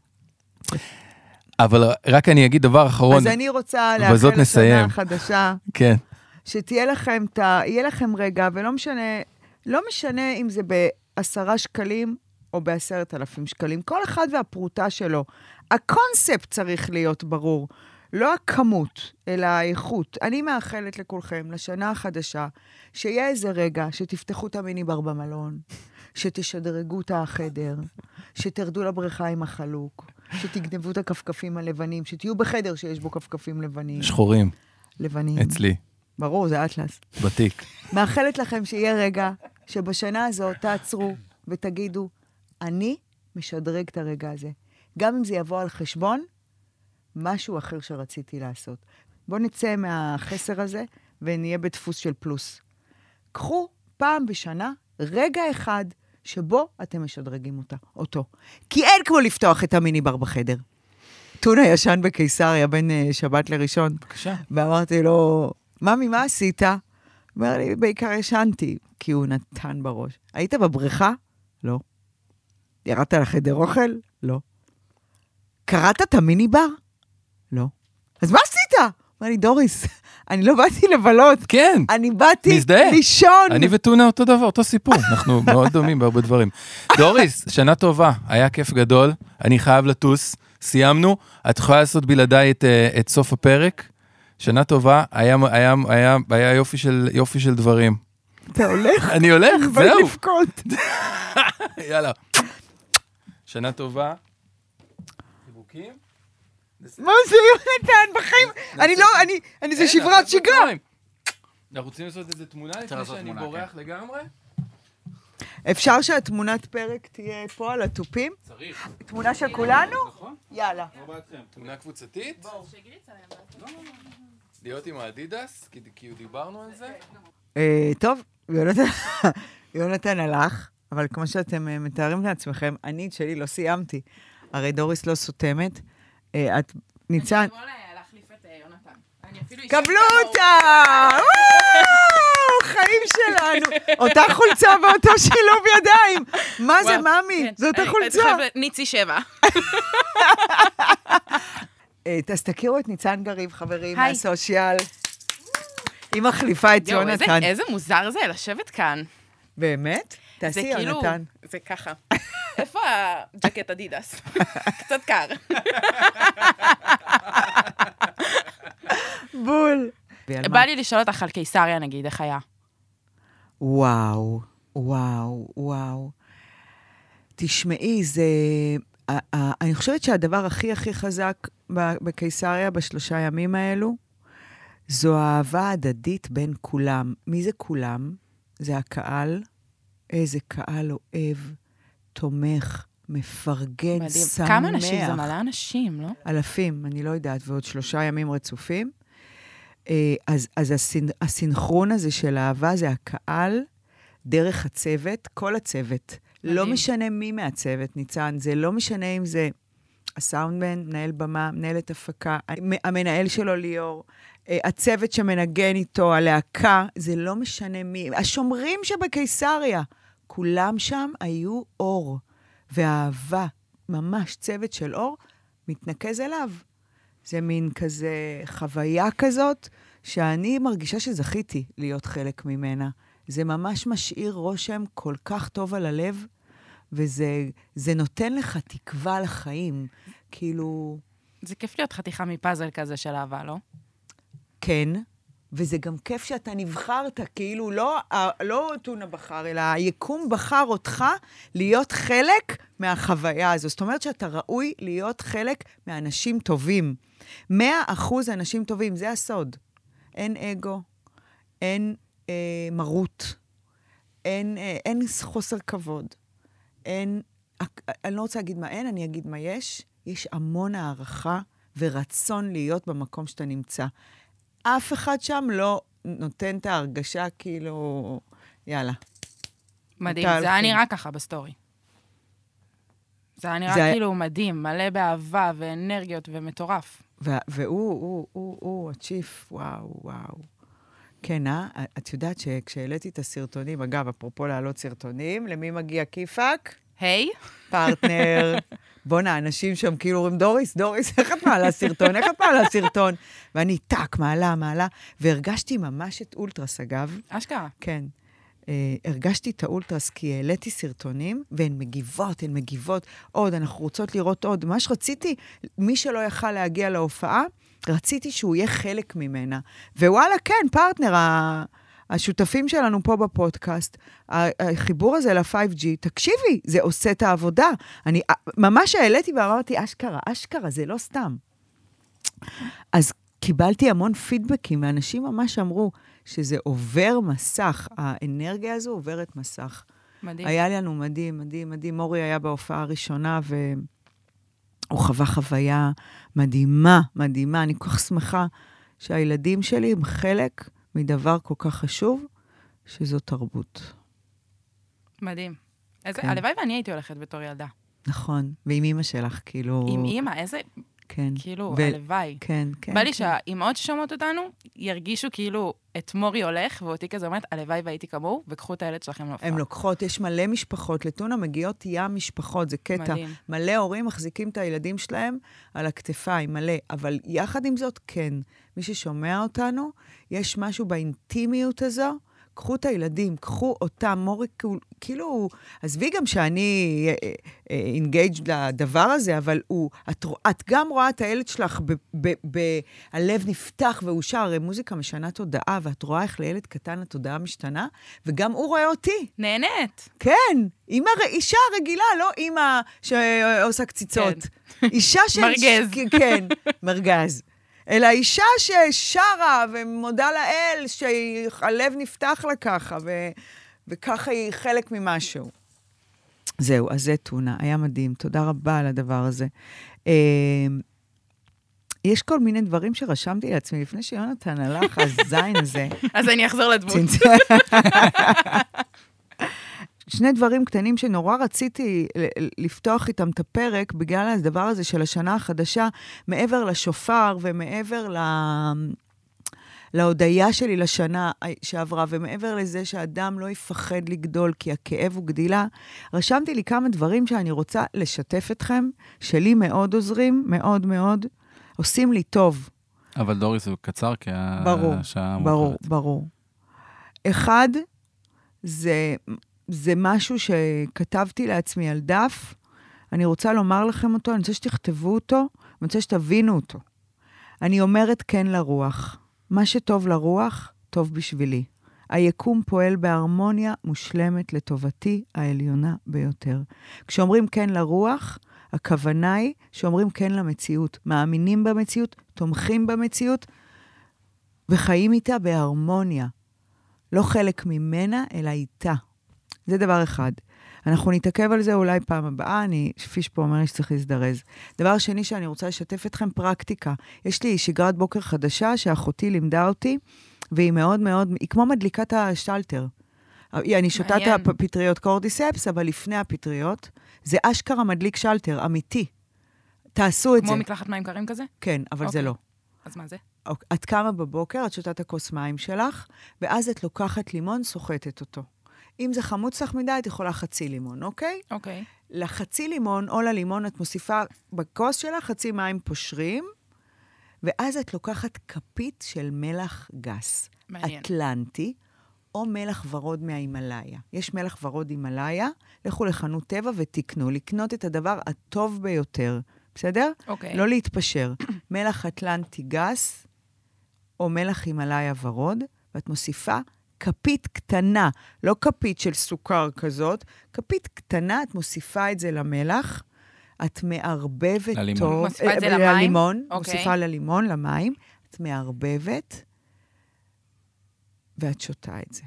אבל רק אני אגיד דבר אחרון. אז אני רוצה לאחל לשנה החדשה. כן. שתהיה לכם, יהיה לכם רגע, ולא משנה... לא משנה אם זה בעשרה שקלים או בעשרת אלפים שקלים, כל אחד והפרוטה שלו. הקונספט צריך להיות ברור, לא הכמות, אלא האיכות. אני מאחלת לכולכם, לשנה החדשה, שיהיה איזה רגע שתפתחו את המיני-בר במלון, שתשדרגו את החדר, שתרדו לבריכה עם החלוק, שתגנבו את הכפכפים הלבנים, שתהיו בחדר שיש בו כפכפים לבנים. שחורים. לבנים. אצלי. ברור, זה אטלס. בתיק. מאחלת לכם שיהיה רגע שבשנה הזאת תעצרו ותגידו, אני משדרג את הרגע הזה. גם אם זה יבוא על חשבון, משהו אחר שרציתי לעשות. בואו נצא מהחסר הזה ונהיה בדפוס של פלוס. קחו פעם בשנה רגע אחד שבו אתם משדרגים אותה, אותו. כי אין כמו לפתוח את המיני-בר בחדר. טונה ישן בקיסריה בין uh, שבת לראשון. בבקשה. ואמרתי לו, ממי, מה עשית? הוא אומר לי, בעיקר ישנתי, כי הוא נתן בראש. היית בבריכה? לא. ירדת לחדר אוכל? לא. קראת את המיני-בר? לא. אז מה עשית? אמר לי, דוריס, אני לא באתי לבלות. כן. אני באתי מזדהה. לישון. אני וטונה אותו דבר, אותו סיפור. אנחנו מאוד דומים בהרבה דברים. דוריס, שנה טובה, היה כיף גדול, אני חייב לטוס, סיימנו, את יכולה לעשות בלעדיי את, את סוף הפרק, שנה טובה, היה, היה, היה, היה יופי של, יופי של דברים. אתה הולך? אני הולך, אני בא זהו. לבכות. יאללה. שנה טובה. חיבוקים. מה זה יונתן בחיים? אני לא, אני, אני זה שברת שגרה. אנחנו רוצים לעשות איזה תמונה לפני שאני בורח לגמרי? אפשר שהתמונת פרק תהיה פה על הטופים? צריך. תמונה של כולנו? יאללה. תמונה קבוצתית? להיות עם האדידס, כי דיברנו על זה. טוב, יונתן הלך, אבל כמו שאתם מתארים לעצמכם, אני את שלי לא סיימתי. הרי דוריס לא סותמת. את ניצן... אני אתמול להחליף את יונתן. קבלו אותה! חיים שלנו. אותה חולצה ואותו שילוב ידיים. מה זה, מאמי? זו אותה חולצה. ניצי שבע. אז תכירו את ניצן גריב, חברים, מהסושיאל. היא מחליפה את יונתן. איזה מוזר זה לשבת כאן. באמת? תעשי יונתן. זה ככה. איפה הג'קט אדידס? קצת קר. בול. בא לי לשאול אותך על קיסריה, נגיד, איך היה? וואו, וואו, וואו. תשמעי, זה... אני חושבת שהדבר הכי הכי חזק בקיסריה בשלושה ימים האלו, זו האהבה ההדדית בין כולם. מי זה כולם? זה הקהל. איזה קהל אוהב, תומך, מפרגן, מדהים. שמח. כמה אנשים? זה מלא אנשים, לא? אלפים, אני לא יודעת, ועוד שלושה ימים רצופים. אז, אז הסינ, הסינכרון הזה של האהבה זה הקהל, דרך הצוות, כל הצוות. מדהים. לא משנה מי מהצוות, ניצן, זה לא משנה אם זה הסאונדמן, מנהל במה, מנהלת הפקה, המנהל שלו ליאור, הצוות שמנגן איתו, הלהקה, זה לא משנה מי. השומרים שבקיסריה, כולם שם היו אור, והאהבה, ממש צוות של אור, מתנקז אליו. זה מין כזה חוויה כזאת, שאני מרגישה שזכיתי להיות חלק ממנה. זה ממש משאיר רושם כל כך טוב על הלב, וזה זה נותן לך תקווה לחיים. כאילו... זה כיף להיות חתיכה מפאזל כזה של אהבה, לא? כן, וזה גם כיף שאתה נבחרת, כאילו לא, לא טונה בחר, אלא היקום בחר אותך להיות חלק מהחוויה הזו. זאת אומרת שאתה ראוי להיות חלק מאנשים טובים. מאה אחוז אנשים טובים, זה הסוד. אין אגו, אין אה, מרות, אין, אה, אין חוסר כבוד, אין, אני לא רוצה להגיד מה אין, אני אגיד מה יש. יש המון הערכה ורצון להיות במקום שאתה נמצא. אף אחד שם לא נותן את ההרגשה כאילו, יאללה. מדהים, זה היה נראה ככה בסטורי. זה היה נראה זה... כאילו מדהים, מלא באהבה ואנרגיות ומטורף. והוא, הוא, הוא, הוא, הצ'יף, וואו, וואו. כן, אה? את יודעת שכשהעליתי את הסרטונים, אגב, אפרופו להעלות סרטונים, למי מגיע כיפק? היי. פרטנר. בונה, אנשים שם כאילו אומרים, דוריס, דוריס, איך את מעלה סרטון? איך את מעלה סרטון? ואני טק, מעלה, מעלה, והרגשתי ממש את אולטרס, אגב. אשכרה. כן. אה, הרגשתי את האולטרס כי העליתי סרטונים, והן מגיבות, הן מגיבות עוד, אנחנו רוצות לראות עוד. ממש רציתי, מי שלא יכל להגיע להופעה, רציתי שהוא יהיה חלק ממנה. ווואלה, כן, פרטנר, ה... השותפים שלנו פה בפודקאסט, החיבור הזה ל-פייב ג'י, תקשיבי, זה עושה את העבודה. אני ממש העליתי ואמרתי, אשכרה, אשכרה, זה לא סתם. אז קיבלתי המון פידבקים, ואנשים ממש אמרו שזה עובר מסך, האנרגיה הזו עוברת מסך. מדהים. היה לנו מדהים, מדהים, מדהים. מורי היה בהופעה הראשונה, והוא חווה חוויה מדהימה, מדהימה. אני כל כך שמחה שהילדים שלי הם חלק מדבר כל כך חשוב, שזו תרבות. מדהים. איזה, כן. הלוואי ואני הייתי הולכת בתור ילדה. נכון, ועם אמא שלך, כאילו... עם אמא, איזה... כן. כאילו, ו... הלוואי. כן, כן. בא לי כן. שהאימהות ששומעות אותנו, ירגישו כאילו את מורי הולך, ואותי כזה אומרת, הלוואי והייתי כמוהו, וקחו את הילד שלכם להופעה. הן לוקחות, יש מלא משפחות, לטונה מגיעות ים משפחות, זה קטע. מדהים. מלא הורים מחזיקים את הילדים שלהם על הכתפיים, מלא. אבל יחד עם זאת, כן, מי ששומע אותנו, יש משהו באינטימיות הזו, קחו את הילדים, קחו אותם, מורי, כאילו, עזבי גם שאני אינגייג' לדבר הזה, אבל הוא, את, את גם רואה את הילד שלך, ב, ב, ב, הלב נפתח והוא שר, הרי מוזיקה משנה תודעה, ואת רואה איך לילד קטן התודעה משתנה, וגם הוא רואה אותי. נהנית. כן, אימא, אישה רגילה, לא אימא שעושה קציצות. כן. אישה ש... מרגז. כן, מרגז. אלא אישה ששרה ומודה לאל שהלב נפתח לה ככה, ו... וככה היא חלק ממשהו. זהו, אז זה טונה, היה מדהים. תודה רבה על הדבר הזה. יש כל מיני דברים שרשמתי לעצמי, לפני שיונתן הלך, הזין הזה. אז אני אחזור לדמות. שני דברים קטנים שנורא רציתי לפתוח איתם את הפרק, בגלל הדבר הזה של השנה החדשה, מעבר לשופר ומעבר ל... להודעה שלי לשנה שעברה, ומעבר לזה שאדם לא יפחד לגדול, כי הכאב הוא גדילה, רשמתי לי כמה דברים שאני רוצה לשתף אתכם, שלי מאוד עוזרים, מאוד מאוד, עושים לי טוב. אבל דורי, זה קצר, כי ברור, השעה ברור, מוכרת. ברור. אחד, זה... זה משהו שכתבתי לעצמי על דף, אני רוצה לומר לכם אותו, אני רוצה שתכתבו אותו, אני רוצה שתבינו אותו. אני אומרת כן לרוח. מה שטוב לרוח, טוב בשבילי. היקום פועל בהרמוניה מושלמת לטובתי העליונה ביותר. כשאומרים כן לרוח, הכוונה היא שאומרים כן למציאות. מאמינים במציאות, תומכים במציאות, וחיים איתה בהרמוניה. לא חלק ממנה, אלא איתה. זה דבר אחד. אנחנו נתעכב על זה אולי פעם הבאה, אני, פיש פה אומר לי שצריך להזדרז. דבר שני שאני רוצה לשתף אתכם, פרקטיקה. יש לי שגרת בוקר חדשה שאחותי לימדה אותי, והיא מאוד מאוד, היא כמו מדליקת השלטר. אני שותה את הפטריות קורדיספס, אבל לפני הפטריות, זה אשכרה מדליק שלטר, אמיתי. תעשו את זה. כמו מקלחת מים קרים כזה? כן, אבל זה לא. אז מה זה? את קמה בבוקר, את שותה את הכוס מים שלך, ואז את לוקחת לימון, סוחטת אותו. אם זה חמוץ לך מדי, את יכולה חצי לימון, אוקיי? אוקיי. לחצי לימון או ללימון את מוסיפה בכוס שלך חצי מים פושרים, ואז את לוקחת כפית של מלח גס. מעניין. אטלנטי, או מלח ורוד מההימלאיה. יש מלח ורוד הימלאיה, לכו לחנות טבע ותקנו, לקנות את הדבר הטוב ביותר, בסדר? אוקיי. לא להתפשר. מלח אטלנטי גס, או מלח הימלאיה ורוד, ואת מוסיפה כפית קטנה, לא כפית של סוכר כזאת, כפית קטנה, את מוסיפה את זה למלח, את מערבבת ללימון. טוב. מוסיפה את זה למים? ללימון, אוקיי. מוסיפה ללימון, למים, את מערבבת, ואת שותה את זה.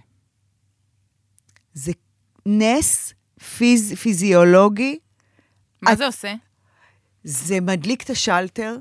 זה נס פיז, פיזיולוגי. מה את, זה עושה? זה מדליק את השלטר,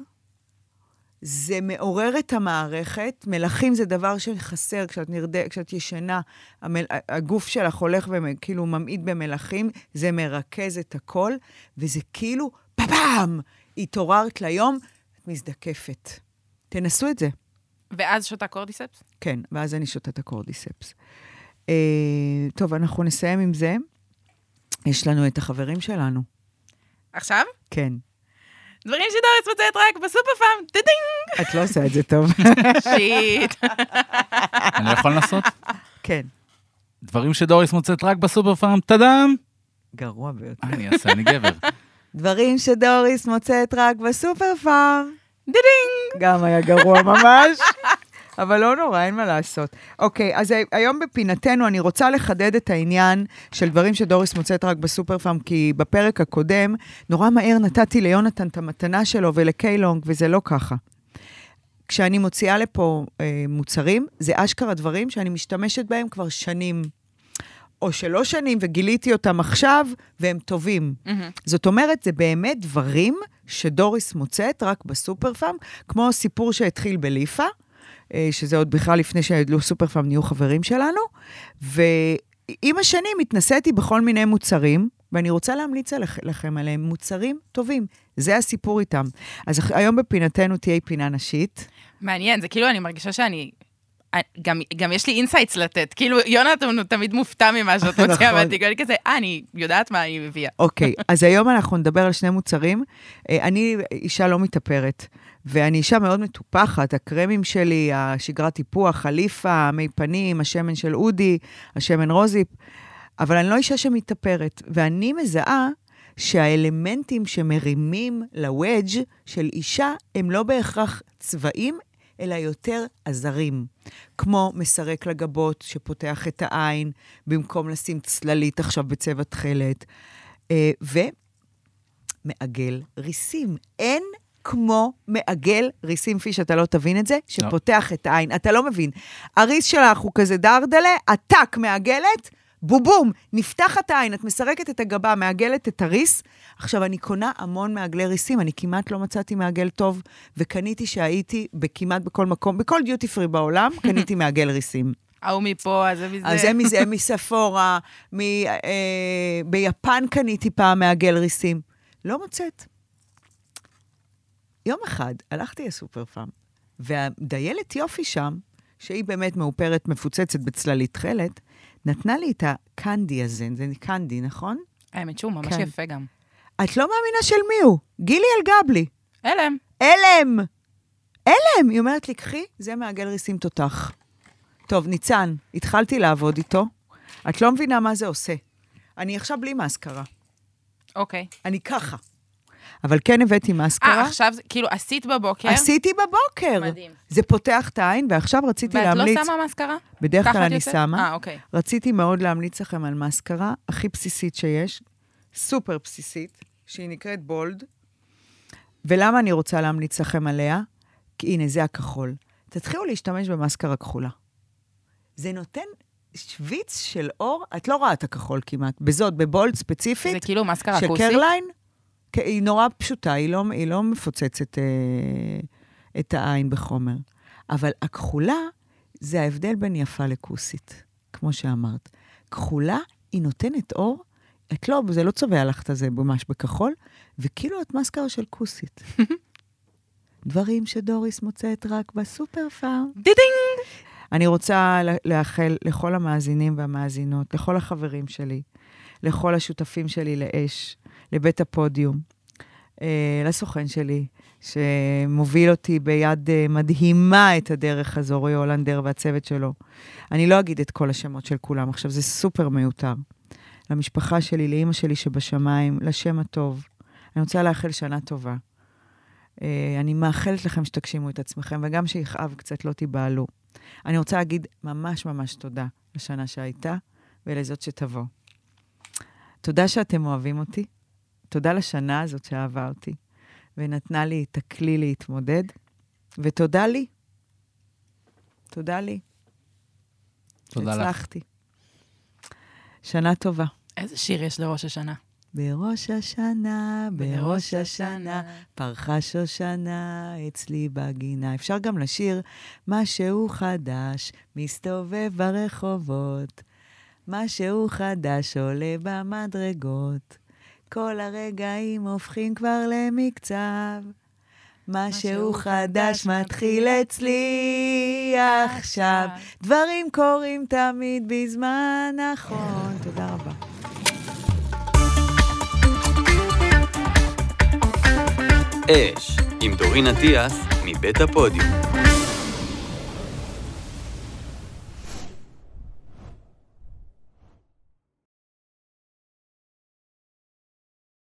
זה מעורר את המערכת, מלחים זה דבר שחסר, כשאת נרדה, כשאת ישנה, המל, הגוף שלך הולך וכאילו ממעיט במלחים, זה מרכז את הכל, וזה כאילו, פאפאם, התעוררת ליום, את מזדקפת. תנסו את זה. ואז שותה קורדיספס? כן, ואז אני שותה את הקורדיספס. אה, טוב, אנחנו נסיים עם זה. יש לנו את החברים שלנו. עכשיו? כן. דברים שדוריס מוצאת רק בסופר פארם, טדינג! את לא עושה את זה טוב. שיט. אני יכול לנסות? כן. דברים שדוריס מוצאת רק בסופר פארם, טאדם! גרוע ביותר. מה אני אעשה? אני גבר. דברים שדוריס מוצאת רק בסופר פארם. טדינג! גם היה גרוע ממש. אבל לא נורא, אין מה לעשות. אוקיי, אז היום בפינתנו אני רוצה לחדד את העניין של דברים שדוריס מוצאת רק בסופר פארם, כי בפרק הקודם נורא מהר נתתי ליונתן את המתנה שלו ולקיילונג, וזה לא ככה. כשאני מוציאה לפה אה, מוצרים, זה אשכרה דברים שאני משתמשת בהם כבר שנים, או שלא שנים, וגיליתי אותם עכשיו, והם טובים. Mm-hmm. זאת אומרת, זה באמת דברים שדוריס מוצאת רק בסופר פארם, כמו סיפור שהתחיל בליפה, שזה עוד בכלל לפני שסופר פארם נהיו חברים שלנו, ועם השנים התנסיתי בכל מיני מוצרים, ואני רוצה להמליץ לכם עליהם, מוצרים טובים. זה הסיפור איתם. אז היום בפינתנו תהיה פינה נשית. מעניין, זה כאילו אני מרגישה שאני... גם, גם יש לי אינסייטס לתת, כאילו יונתן הוא תמיד מופתע ממה שאת מוציאה, ואתי גולי כזה, אה, אני יודעת מה היא מביאה. אוקיי, אז היום אנחנו נדבר על שני מוצרים. אני אישה לא מתאפרת, ואני אישה מאוד מטופחת, הקרמים שלי, השגרת טיפוח, הליפה, המי פנים, השמן של אודי, השמן רוזיפ, אבל אני לא אישה שמתאפרת, ואני מזהה שהאלמנטים שמרימים לוודג' של אישה, הם לא בהכרח צבעים, אלא יותר עזרים, כמו מסרק לגבות שפותח את העין, במקום לשים צללית עכשיו בצבע תחלת, ומעגל ריסים. אין כמו מעגל ריסים, פי שאתה לא תבין את זה, שפותח את העין. אתה לא מבין. הריס שלך הוא כזה דרדלה, עתק מעגלת, בובום, נפתחת העין, את מסרקת את הגבה, מעגלת את הריס. עכשיו, אני קונה המון מעגלי ריסים, אני כמעט לא מצאתי מעגל טוב, וקניתי שהייתי בכמעט בכל מקום, בכל דיוטי פרי בעולם, קניתי מעגל ריסים. ההוא מפה, אז זה מזה. אז זה מזה, מספורה, מ, אה, ביפן קניתי פעם מעגל ריסים. לא מוצאת. יום אחד הלכתי לסופר פארם, והדיילת יופי שם, שהיא באמת מאופרת, מפוצצת בצללית תכלת, נתנה לי את הקנדי הזה, זה קנדי, נכון? האמת שהוא ממש כן. יפה גם. את לא מאמינה של מי הוא? גילי אלגבלי. אלם. אלם! אלם! היא אומרת לי, קחי, זה מעגל ריסים תותח. טוב, ניצן, התחלתי לעבוד איתו. את לא מבינה מה זה עושה. אני עכשיו בלי מאסקרה. אוקיי. אני ככה. אבל כן הבאתי מאסקרה. אה, עכשיו, כאילו, עשית בבוקר? עשיתי בבוקר. מדהים. זה פותח את העין, ועכשיו רציתי ואת להמליץ... ואת לא שמה מאסקרה? בדרך כלל אני יוצא? שמה. אה, אוקיי. רציתי מאוד להמליץ לכם על מאסקרה, הכי בסיסית שיש, סופר בסיסית, שהיא נקראת בולד. ולמה אני רוצה להמליץ לכם עליה? כי הנה, זה הכחול. תתחילו להשתמש במאסקרה כחולה. זה נותן שוויץ של אור, את לא רואה את הכחול כמעט, בזאת, בבולד ספציפית. זה כאילו מאסקרה של כוסית? קרליין, היא נורא פשוטה, היא לא, היא לא מפוצצת אה, את העין בחומר. אבל הכחולה, זה ההבדל בין יפה לכוסית, כמו שאמרת. כחולה, היא נותנת אור, את לא, זה לא צובע לך את זה ממש בכחול, וכאילו את מאסקרה של כוסית. דברים שדוריס מוצאת רק בסופר פארם. דידינג! אני רוצה לאחל לכל המאזינים והמאזינות, לכל החברים שלי, לכל השותפים שלי לאש, לבית הפודיום, אה, לסוכן שלי, שמוביל אותי ביד אה, מדהימה את הדרך הזו, רועי הולנדר והצוות שלו. אני לא אגיד את כל השמות של כולם, עכשיו זה סופר מיותר. למשפחה שלי, לאמא שלי שבשמיים, לשם הטוב. אני רוצה לאחל שנה טובה. אני מאחלת לכם שתגשימו את עצמכם, וגם שיכאב קצת לא תיבעלו. אני רוצה להגיד ממש ממש תודה לשנה שהייתה, ולזאת שתבוא. תודה שאתם אוהבים אותי, תודה לשנה הזאת שאהבה אותי, ונתנה לי את הכלי להתמודד, ותודה לי. תודה לי. תודה לך. הצלחתי. שנה טובה. איזה שיר יש לראש השנה? בראש השנה, בראש השנה, פרחה שושנה אצלי בגינה. אפשר גם לשיר משהו חדש, מסתובב ברחובות, משהו חדש עולה במדרגות, כל הרגעים הופכים כבר למקצב, משהו חדש מתחיל אצלי עכשיו, דברים קורים תמיד בזמן נכון. תודה רבה. אש, עם דורין אטיאס מבית הפודיום.